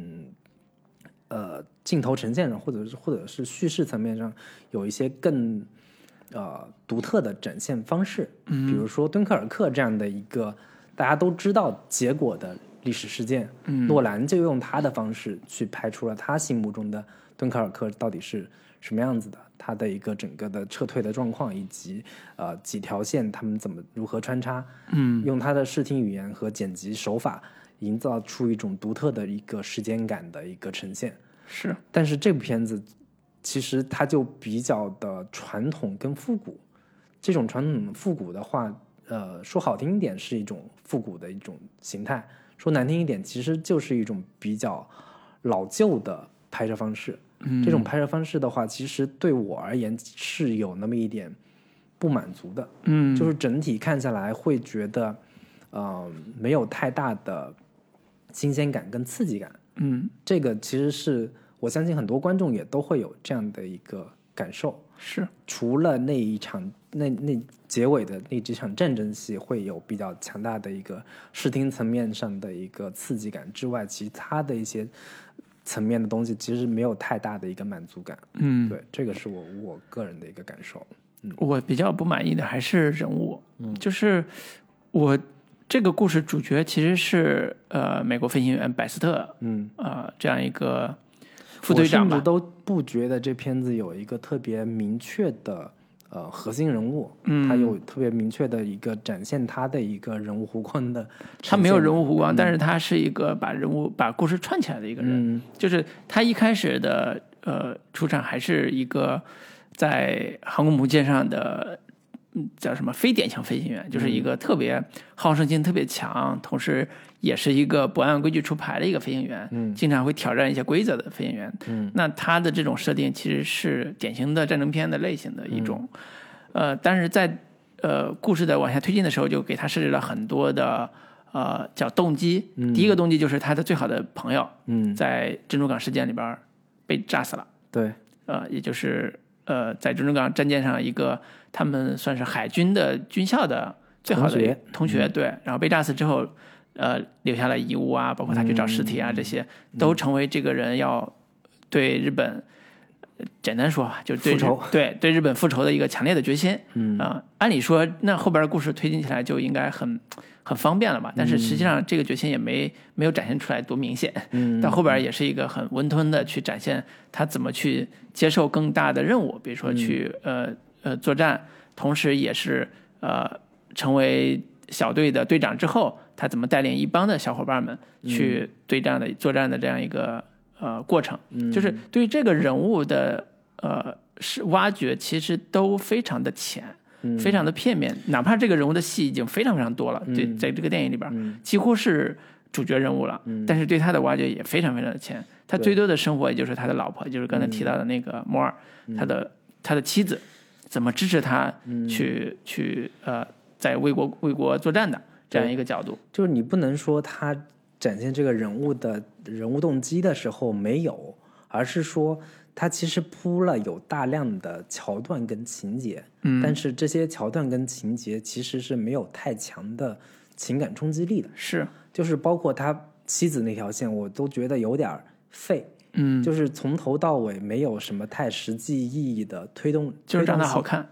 镜头呈现上，或者是叙事层面上有一些更独特的展现方式，比如说敦刻尔克这样的一个大家都知道结果的历史事件，诺兰就用他的方式去拍出了他心目中的敦刻尔克到底是什么样子的，他的一个整个的撤退的状况，以及几条线他们如何穿插，用他的视听语言和剪辑手法营造出一种独特的一个时间感的一个呈现。 是， 但是这部片子其实它就比较的传统跟复古，这种传统复古的话，说好听一点是一种复古的一种形态，说难听一点其实就是一种比较老旧的拍摄方式。这种拍摄方式的话，其实对我而言是有那么一点不满足的，就是整体看下来会觉得没有太大的新鲜感跟刺激感。这个其实是我相信很多观众也都会有这样的一个感受。 是， 除了那一场那结尾的那几场战争戏会有比较强大的一个视听层面上的一个刺激感之外，其他的一些层面的东西其实没有太大的一个满足感。对，这个是我个人的一个感受。 我比较不满意的还是人物，就是我这个故事主角其实是美国飞行员百斯特，这样一个副队长吧。 我甚至都不觉得这片子有一个特别明确的核心人物，他有特别明确的一个展现他的一个人物弧光的。 他没有人物弧光，但是他是一个把故事串起来的一个人。就是他一开始的出场还是一个在航空母舰上的叫什么非典型飞行员，就是一个特别好胜心特别强，同时也是一个不按规矩出牌的一个飞行员，经常会挑战一些规则的飞行员。那他的这种设定其实是典型的战争片的类型的一种，但是在故事的往下推进的时候，就给他设置了很多的叫动机。第一个动机就是他的最好的朋友，在珍珠港事件里边被炸死了。 对， 也就是在珍珠港战舰上一个他们算是海军的军校的最好的同学，对，然后被炸死之后，留下了遗物啊，包括他去找尸体啊，这些都成为这个人要对日本，简单说吧，就对日本复仇的一个强烈的决心。按理说那后边的故事推进起来就应该很很方便了吧，但是实际上这个决心也没有展现出来多明显。到后边也是一个很温吞的去展现他怎么去接受更大的任务，比如说去作战，同时也是成为小队的队长之后，他怎么带领一帮的小伙伴们去作战的这样一个过程。就是对于这个人物的是挖掘其实都非常的浅，非常的片面，哪怕这个人物的戏已经非常非常多了，对，在这个电影里边几乎是主角人物了，但是对他的挖掘也非常非常的浅。他最多的生活也就是他的老婆，就是刚才提到的那个摩尔，他的妻子怎么支持他去在为国作战的这样一个角度。 就是你不能说他展现这个人物的人物动机的时候没有，而是说他其实铺了有大量的桥段跟情节，但是这些桥段跟情节其实是没有太强的情感冲击力的。 是， 就是包括他妻子那条线，我都觉得有点废。就是从头到尾没有什么太实际意义的推动， 就是长得好看。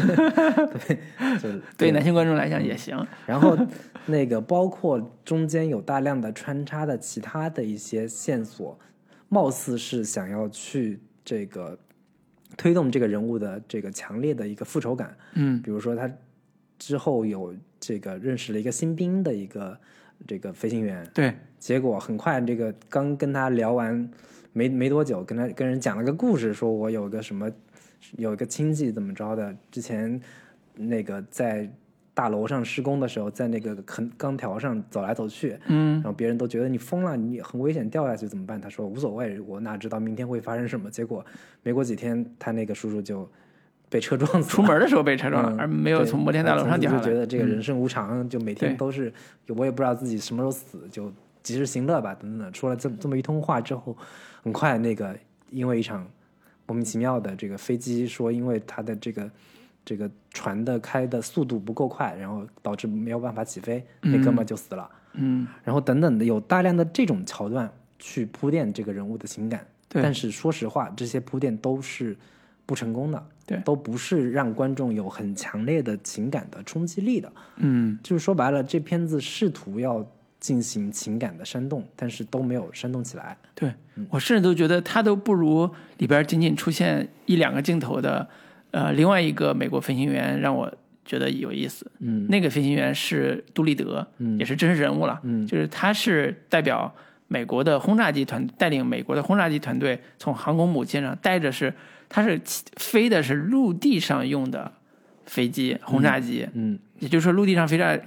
对男性观众来讲也行。 然后那个包括中间有大量的穿插的其他的一些线索，貌似是想要去这个推动这个人物的这个强烈的一个复仇感。比如说他之后有这个认识了一个新兵的一个这个飞行员， 对， 结果很快这个刚跟他聊完没多久，跟人讲了个故事，说我有一个亲戚怎么着的，之前那个在大楼上施工的时候，在那个钢条上走来走去，然后别人都觉得你疯了，你很危险，掉下去怎么办？他说无所谓，我哪知道明天会发生什么？结果没过几天，他那个叔叔就被车撞死了， 出门的时候被车撞了，而没有从摩天大楼上掉下来。 就觉得这个人生无常，就每天都是，我也不知道自己什么时候死，就及时行乐吧，等等。说了这么一通话之后，很快那个因为一场莫名其妙的这个飞机，说因为他的这个船的开的速度不够快，然后导致没有办法起飞，那哥们儿就死了。然后等等的有大量的这种桥段去铺垫这个人物的情感，但是说实话，这些铺垫都是不成功的， 对， 都不是让观众有很强烈的情感的冲击力的。就是说白了，这片子试图要进行情感的煽动，但是都没有煽动起来。 对，我甚至都觉得他都不如里边仅仅出现一两个镜头的另外一个美国飞行员让我觉得有意思。那个飞行员是杜立德，也是真实人物了。就是他是代表美国的轰炸机团，带领美国的轰炸机团队从航空母舰上带着他是飞的是陆地上用的飞机轰炸机，也就是说陆地上飞的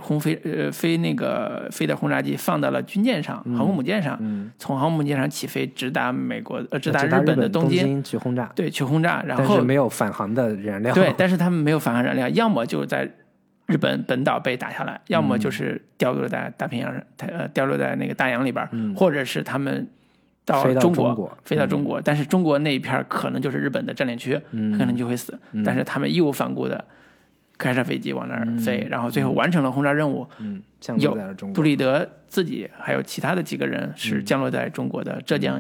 轰炸机放到了军舰上，航空母舰上，从航空母舰上起飞，直达日本的东京去轰炸， 对，去轰炸，然后但是没有返航的燃料， 对，但是他们没有返航燃料，要么就在日本本岛被打下来，要么就是掉落在太平洋上，掉落在那个大洋里边，或者是他们到中国，飞到中国，但是中国那一片可能就是日本的战略区，可能就会死，但是他们义无反顾的开着飞机往那儿飞，然后最后完成了轰炸任务。 降落在了中国。 杜立德自己还有其他的几个人是降落在中国的浙江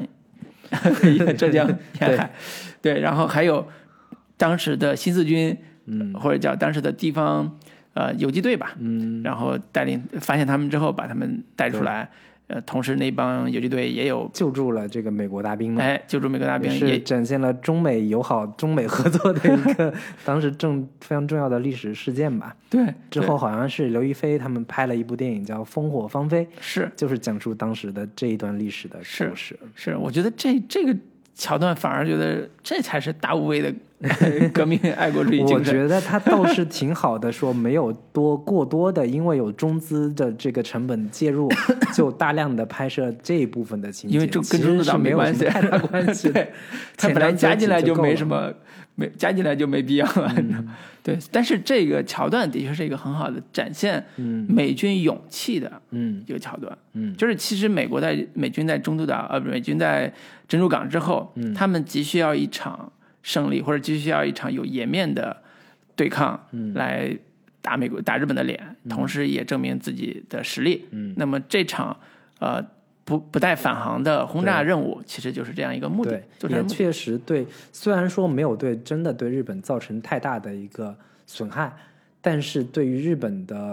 沿海，对，然后还有当时的新四军，或者叫当时的地方游击队吧，然后发现他们之后把他们带出来。同时那帮游击队也有救助了这个美国大兵嘛， 救助美国大兵， 也展现了中美友好、中美合作的一个当时非常重要的历史事件吧。 对， 之后好像是刘亦菲他们拍了一部电影叫《烽火芳菲》，就是讲述当时的这一段历史的故事。 是，我觉得这个桥段反而觉得这才是大无畏的革命爱国主义精神。 我觉得他倒是挺好的，说没有过多的因为有中资的这个成本介入，就大量的拍摄这一部分的情节， 因为这跟中资党没关系， 太大关系。 对，他本来加进来就没什么，加进来就没必要了。对，但是这个桥段的确是一个很好的展现美军勇气的一个桥段。就是其实美军在中途岛美军在珍珠港之后，他们急需要一场胜利，或者急需要一场有颜面的对抗来打日本的脸，同时也证明自己的实力。那么这场不带返航的轰炸任务其实就是这样一个目的。 对，也确实对，虽然说没有真的对日本造成太大的一个损害，但是对于日本的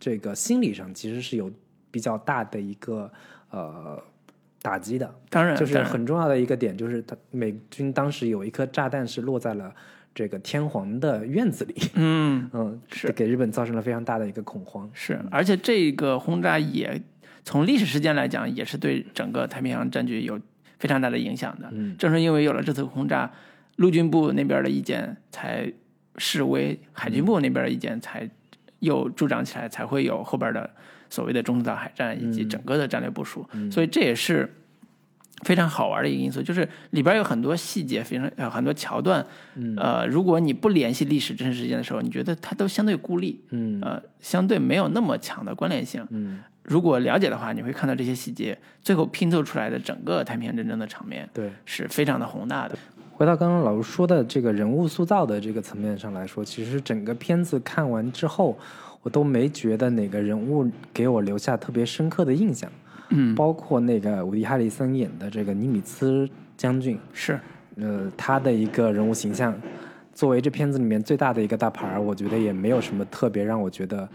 这个心理上其实是有比较大的一个打击的。 当然， 就是很重要的一个点，就是美军当时有一颗炸弹是落在了这个天皇的院子里，是给日本造成了非常大的一个恐慌。 是，而且这个轰炸也从历史事件来讲，也是对整个太平洋战局有非常大的影响的。正是因为有了这次轰炸，陆军部那边的意见才示威，海军部那边的意见才又助长起来，才会有后边的所谓的中途岛海战以及整个的战略部署。所以这也是非常好玩的一个因素，就是里边有很多细节，很多桥段，如果你不联系历史真实事件的时候，你觉得它都相对孤立，相对没有那么强的关联性。如果了解的话，你会看到这些细节最后拼凑出来的整个太平洋战争的场面，对，是非常的宏大的。 回到刚刚老师说的这个人物塑造的这个层面上来说，其实整个片子看完之后，我都没觉得哪个人物给我留下特别深刻的印象。包括那个伍迪·哈里森演的这个尼米兹将军， 是， 他的一个人物形象，作为这片子里面最大的一个大牌，我觉得也没有什么特别让我觉得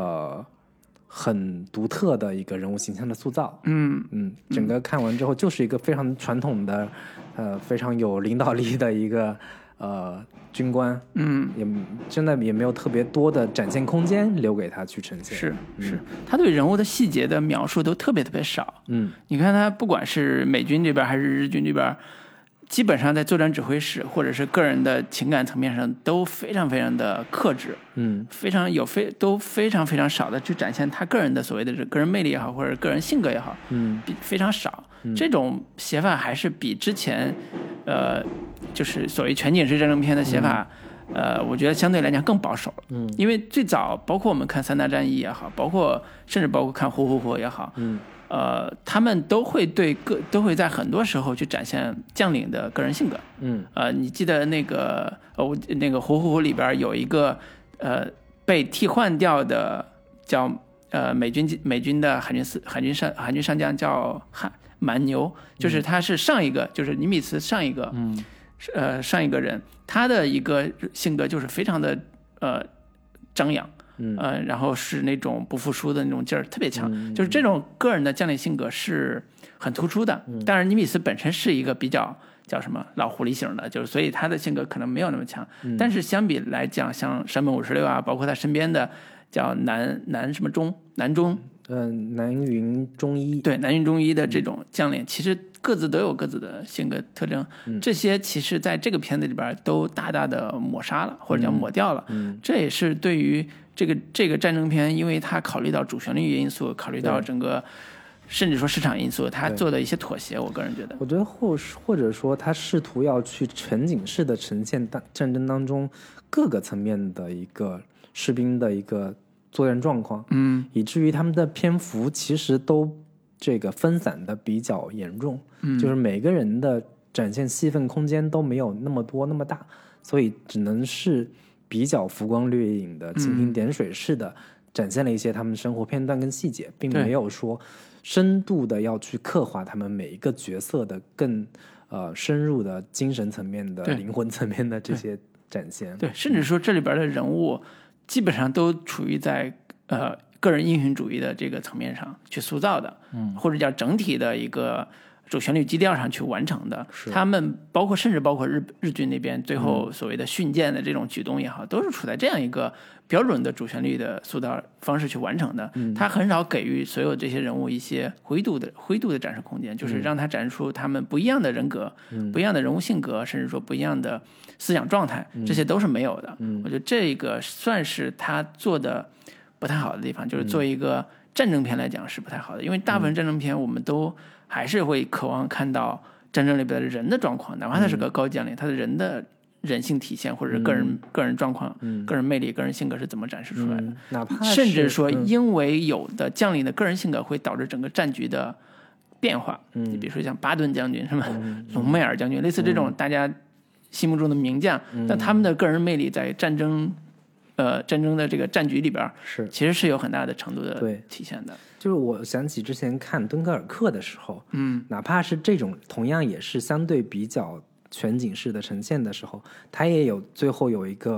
很独特的一个人物形象的塑造。整个看完之后就是一个非常传统的非常有领导力的一个军官，也真的也没有特别多的展现空间留给他去呈现。 是，他对人物的细节的描述都特别特别少。你看他不管是美军这边还是日军这边，基本上在作战指挥室或者是个人的情感层面上都非常非常的克制，都非常非常少的去展现他个人的所谓的个人魅力也好，或者个人性格也好，非常少。这种写法还是比之前就是所谓全景式战争片的写法，我觉得相对来讲更保守了。因为最早包括我们看三大战役也好，甚至包括看呼呼呼也好，他们都会在很多时候去展现将领的个人性格。你记得那个呼呼呼里边有一个被替换掉的叫美军的海军上将叫蛮牛，就是他是上一个，就是尼米茨上一个，上一个人，他的一个性格就是非常的张扬，然后是那种不服输的那种劲儿特别强，就是这种个人的将领性格是很突出的。当然尼米茨本身是一个比较叫什么老狐狸型的，就是所以他的性格可能没有那么强，但是相比来讲，像山本56啊，包括他身边的叫南云忠一， 对，南云忠一的这种将领，其实各自都有各自的性格特征，这些其实在这个片子里边都大大的抹杀了，或者叫抹掉了。这也是对于这个战争片，因为它考虑到主旋律因素，考虑到整个甚至说市场因素，它做的一些妥协，我个人觉得， 我觉得或者说他试图要去全景式的呈现战争当中各个层面的一个士兵的一个作战状况，以至于他们的篇幅其实都这个分散的比较严重，就是每个人的展现戏份空间都没有那么多那么大，所以只能是比较浮光掠影的蜻蜓点水式的展现了一些他们生活片段跟细节，并没有说深度的要去刻画他们每一个角色的更深入的精神层面的灵魂层面的这些展现。 对，甚至说这里边的人物基本上都处于在个人英雄主义的这个层面上去塑造的，或者叫整体的一个主旋律基调上去完成的。他们甚至包括日军那边最后所谓的训剑的这种举动也好，都是处在这样一个标准的主旋律的塑造方式去完成的。他很少给予所有这些人物一些灰度的展示空间，就是让他展示出他们不一样的人格，不一样的人物性格，甚至说不一样的思想状态，这些都是没有的。我觉得这个算是他做的不太好的地方，就是作为一个战争片来讲是不太好的，因为大部分战争片我们都还是会渴望看到战争里边的人的状况，哪怕他是个高将领，他的人的人性体现或者个人状况、个人魅力、个人性格是怎么展示出来的， 哪怕甚至说因为有的将领的个人性格会导致整个战局的变化。你比如说像巴顿将军什么隆美尔将军，类似这种大家心目中的名将，但他们的个人魅力在战争的这个战局里边其实是有很大的程度的体现的。 就是我想起之前看敦刻尔克的时候，哪怕是这种同样也是相对比较全景式的呈现的时候，它也有最后有一个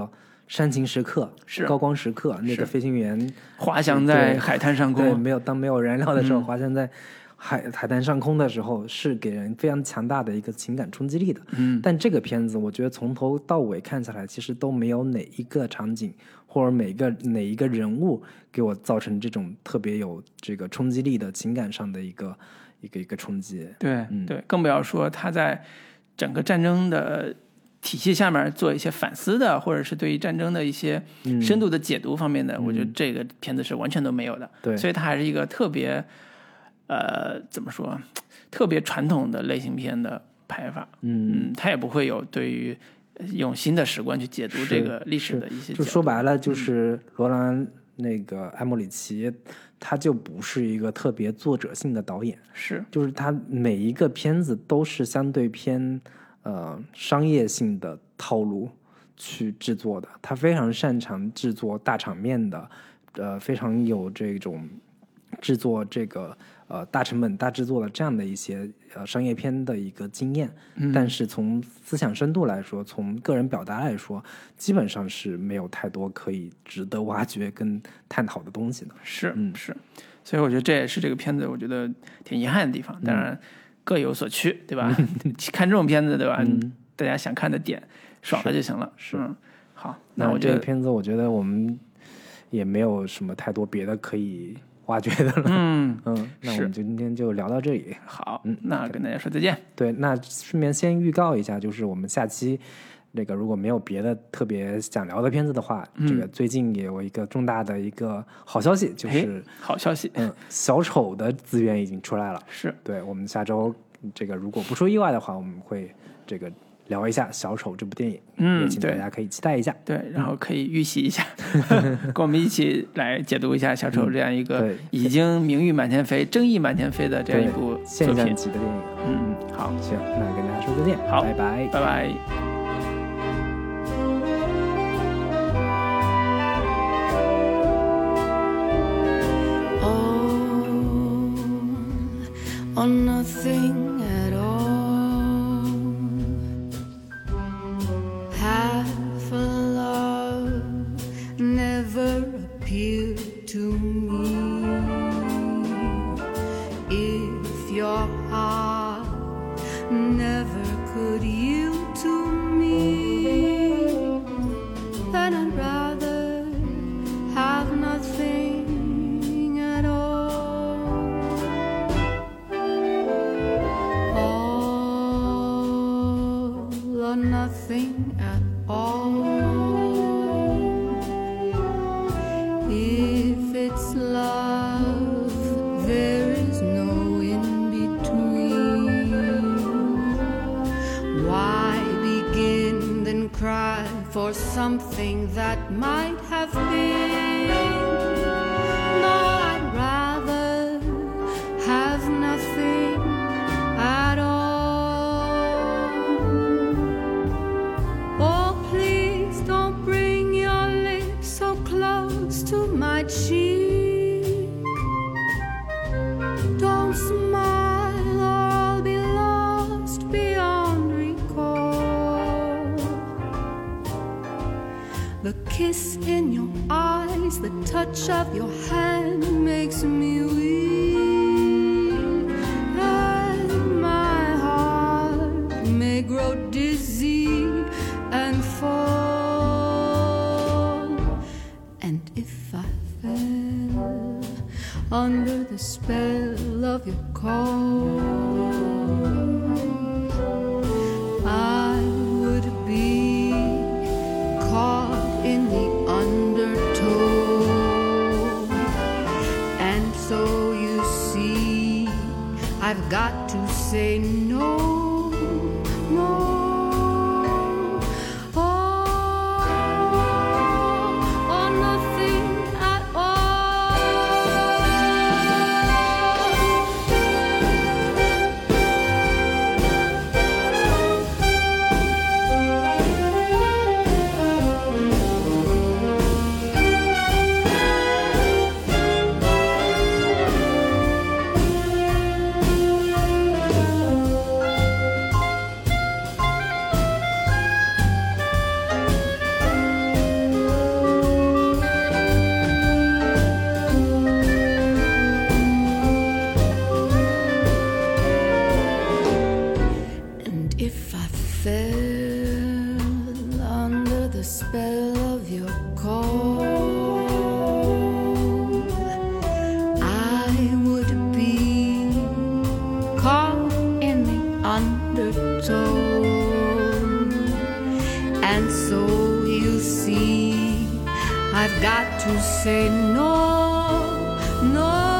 煽情时刻， 是高光时刻，那个飞行员滑翔在海滩上空， 对，当没有燃料的时候，滑翔在海滩上空的时候，是给人非常强大的一个情感冲击力的。但这个片子我觉得从头到尾看起来，其实都没有哪一个场景或者哪一个人物给我造成这种特别有这个冲击力的情感上的一个冲击。 对，对，更不要说他在整个战争的体系下面做一些反思的，或者是对于战争的一些深度的解读方面的，我觉得这个片子是完全都没有的。 对， 所以它还是一个特别怎么说，特别传统的类型片的拍法。它也不会有对于用新的史观去解读这个历史的一些， 就说白了就是罗兰那个埃莫里奇，他就不是一个特别作者性的导演，就是他每一个片子都是相对偏商业性的套路去制作的，他非常擅长制作大场面的，非常有这种制作这个大成本大制作的这样的一些商业片的一个经验。但是从思想深度来说，从个人表达来说，基本上是没有太多可以值得挖掘跟探讨的东西的。 是，所以我觉得这也是这个片子我觉得挺遗憾的地方。当然各有所趋，对吧？看这种片子，对吧？大家想看的点爽了就行了。好，那我觉得这个片子我觉得我们也没有什么太多别的可以挖掘的了。那我们就今天就聊到这里。 好，那跟大家说再见。 对，那顺便先预告一下，就是我们下期那个如果没有别的特别想聊的片子的话，这个最近也有一个重大的一个好消息，就是好消息， 小丑的资源已经出来了。对，我们下周这个如果不出意外的话，我们会这个聊一下小丑这部电影，也请大家可以期待一下。 对，然后可以预习一下，跟我们一起来解读一下小丑这样一个已经名誉满天飞、争议满天飞的这样一部现象级的电影。 好， 行，那跟大家说再见。 好， 拜拜， 拜拜。 Or nothing at all. Half a love never appeared to me. If your heart never could yield to me, then I'd rather have nothing at all. Nothing at all. If it's love, there is no in between. Why begin then cry for something that might have been? No, I'd rather have nothing at all. To my cheek, don't smile or I'll be lost beyond recall. The kiss in your eyes, the touch of your hand makes me weak, and my heart may grow dizzy and fall. Under the spell of your call, I would be caught in the undertow. And so you see, I've got to say no, no. got to say no, no.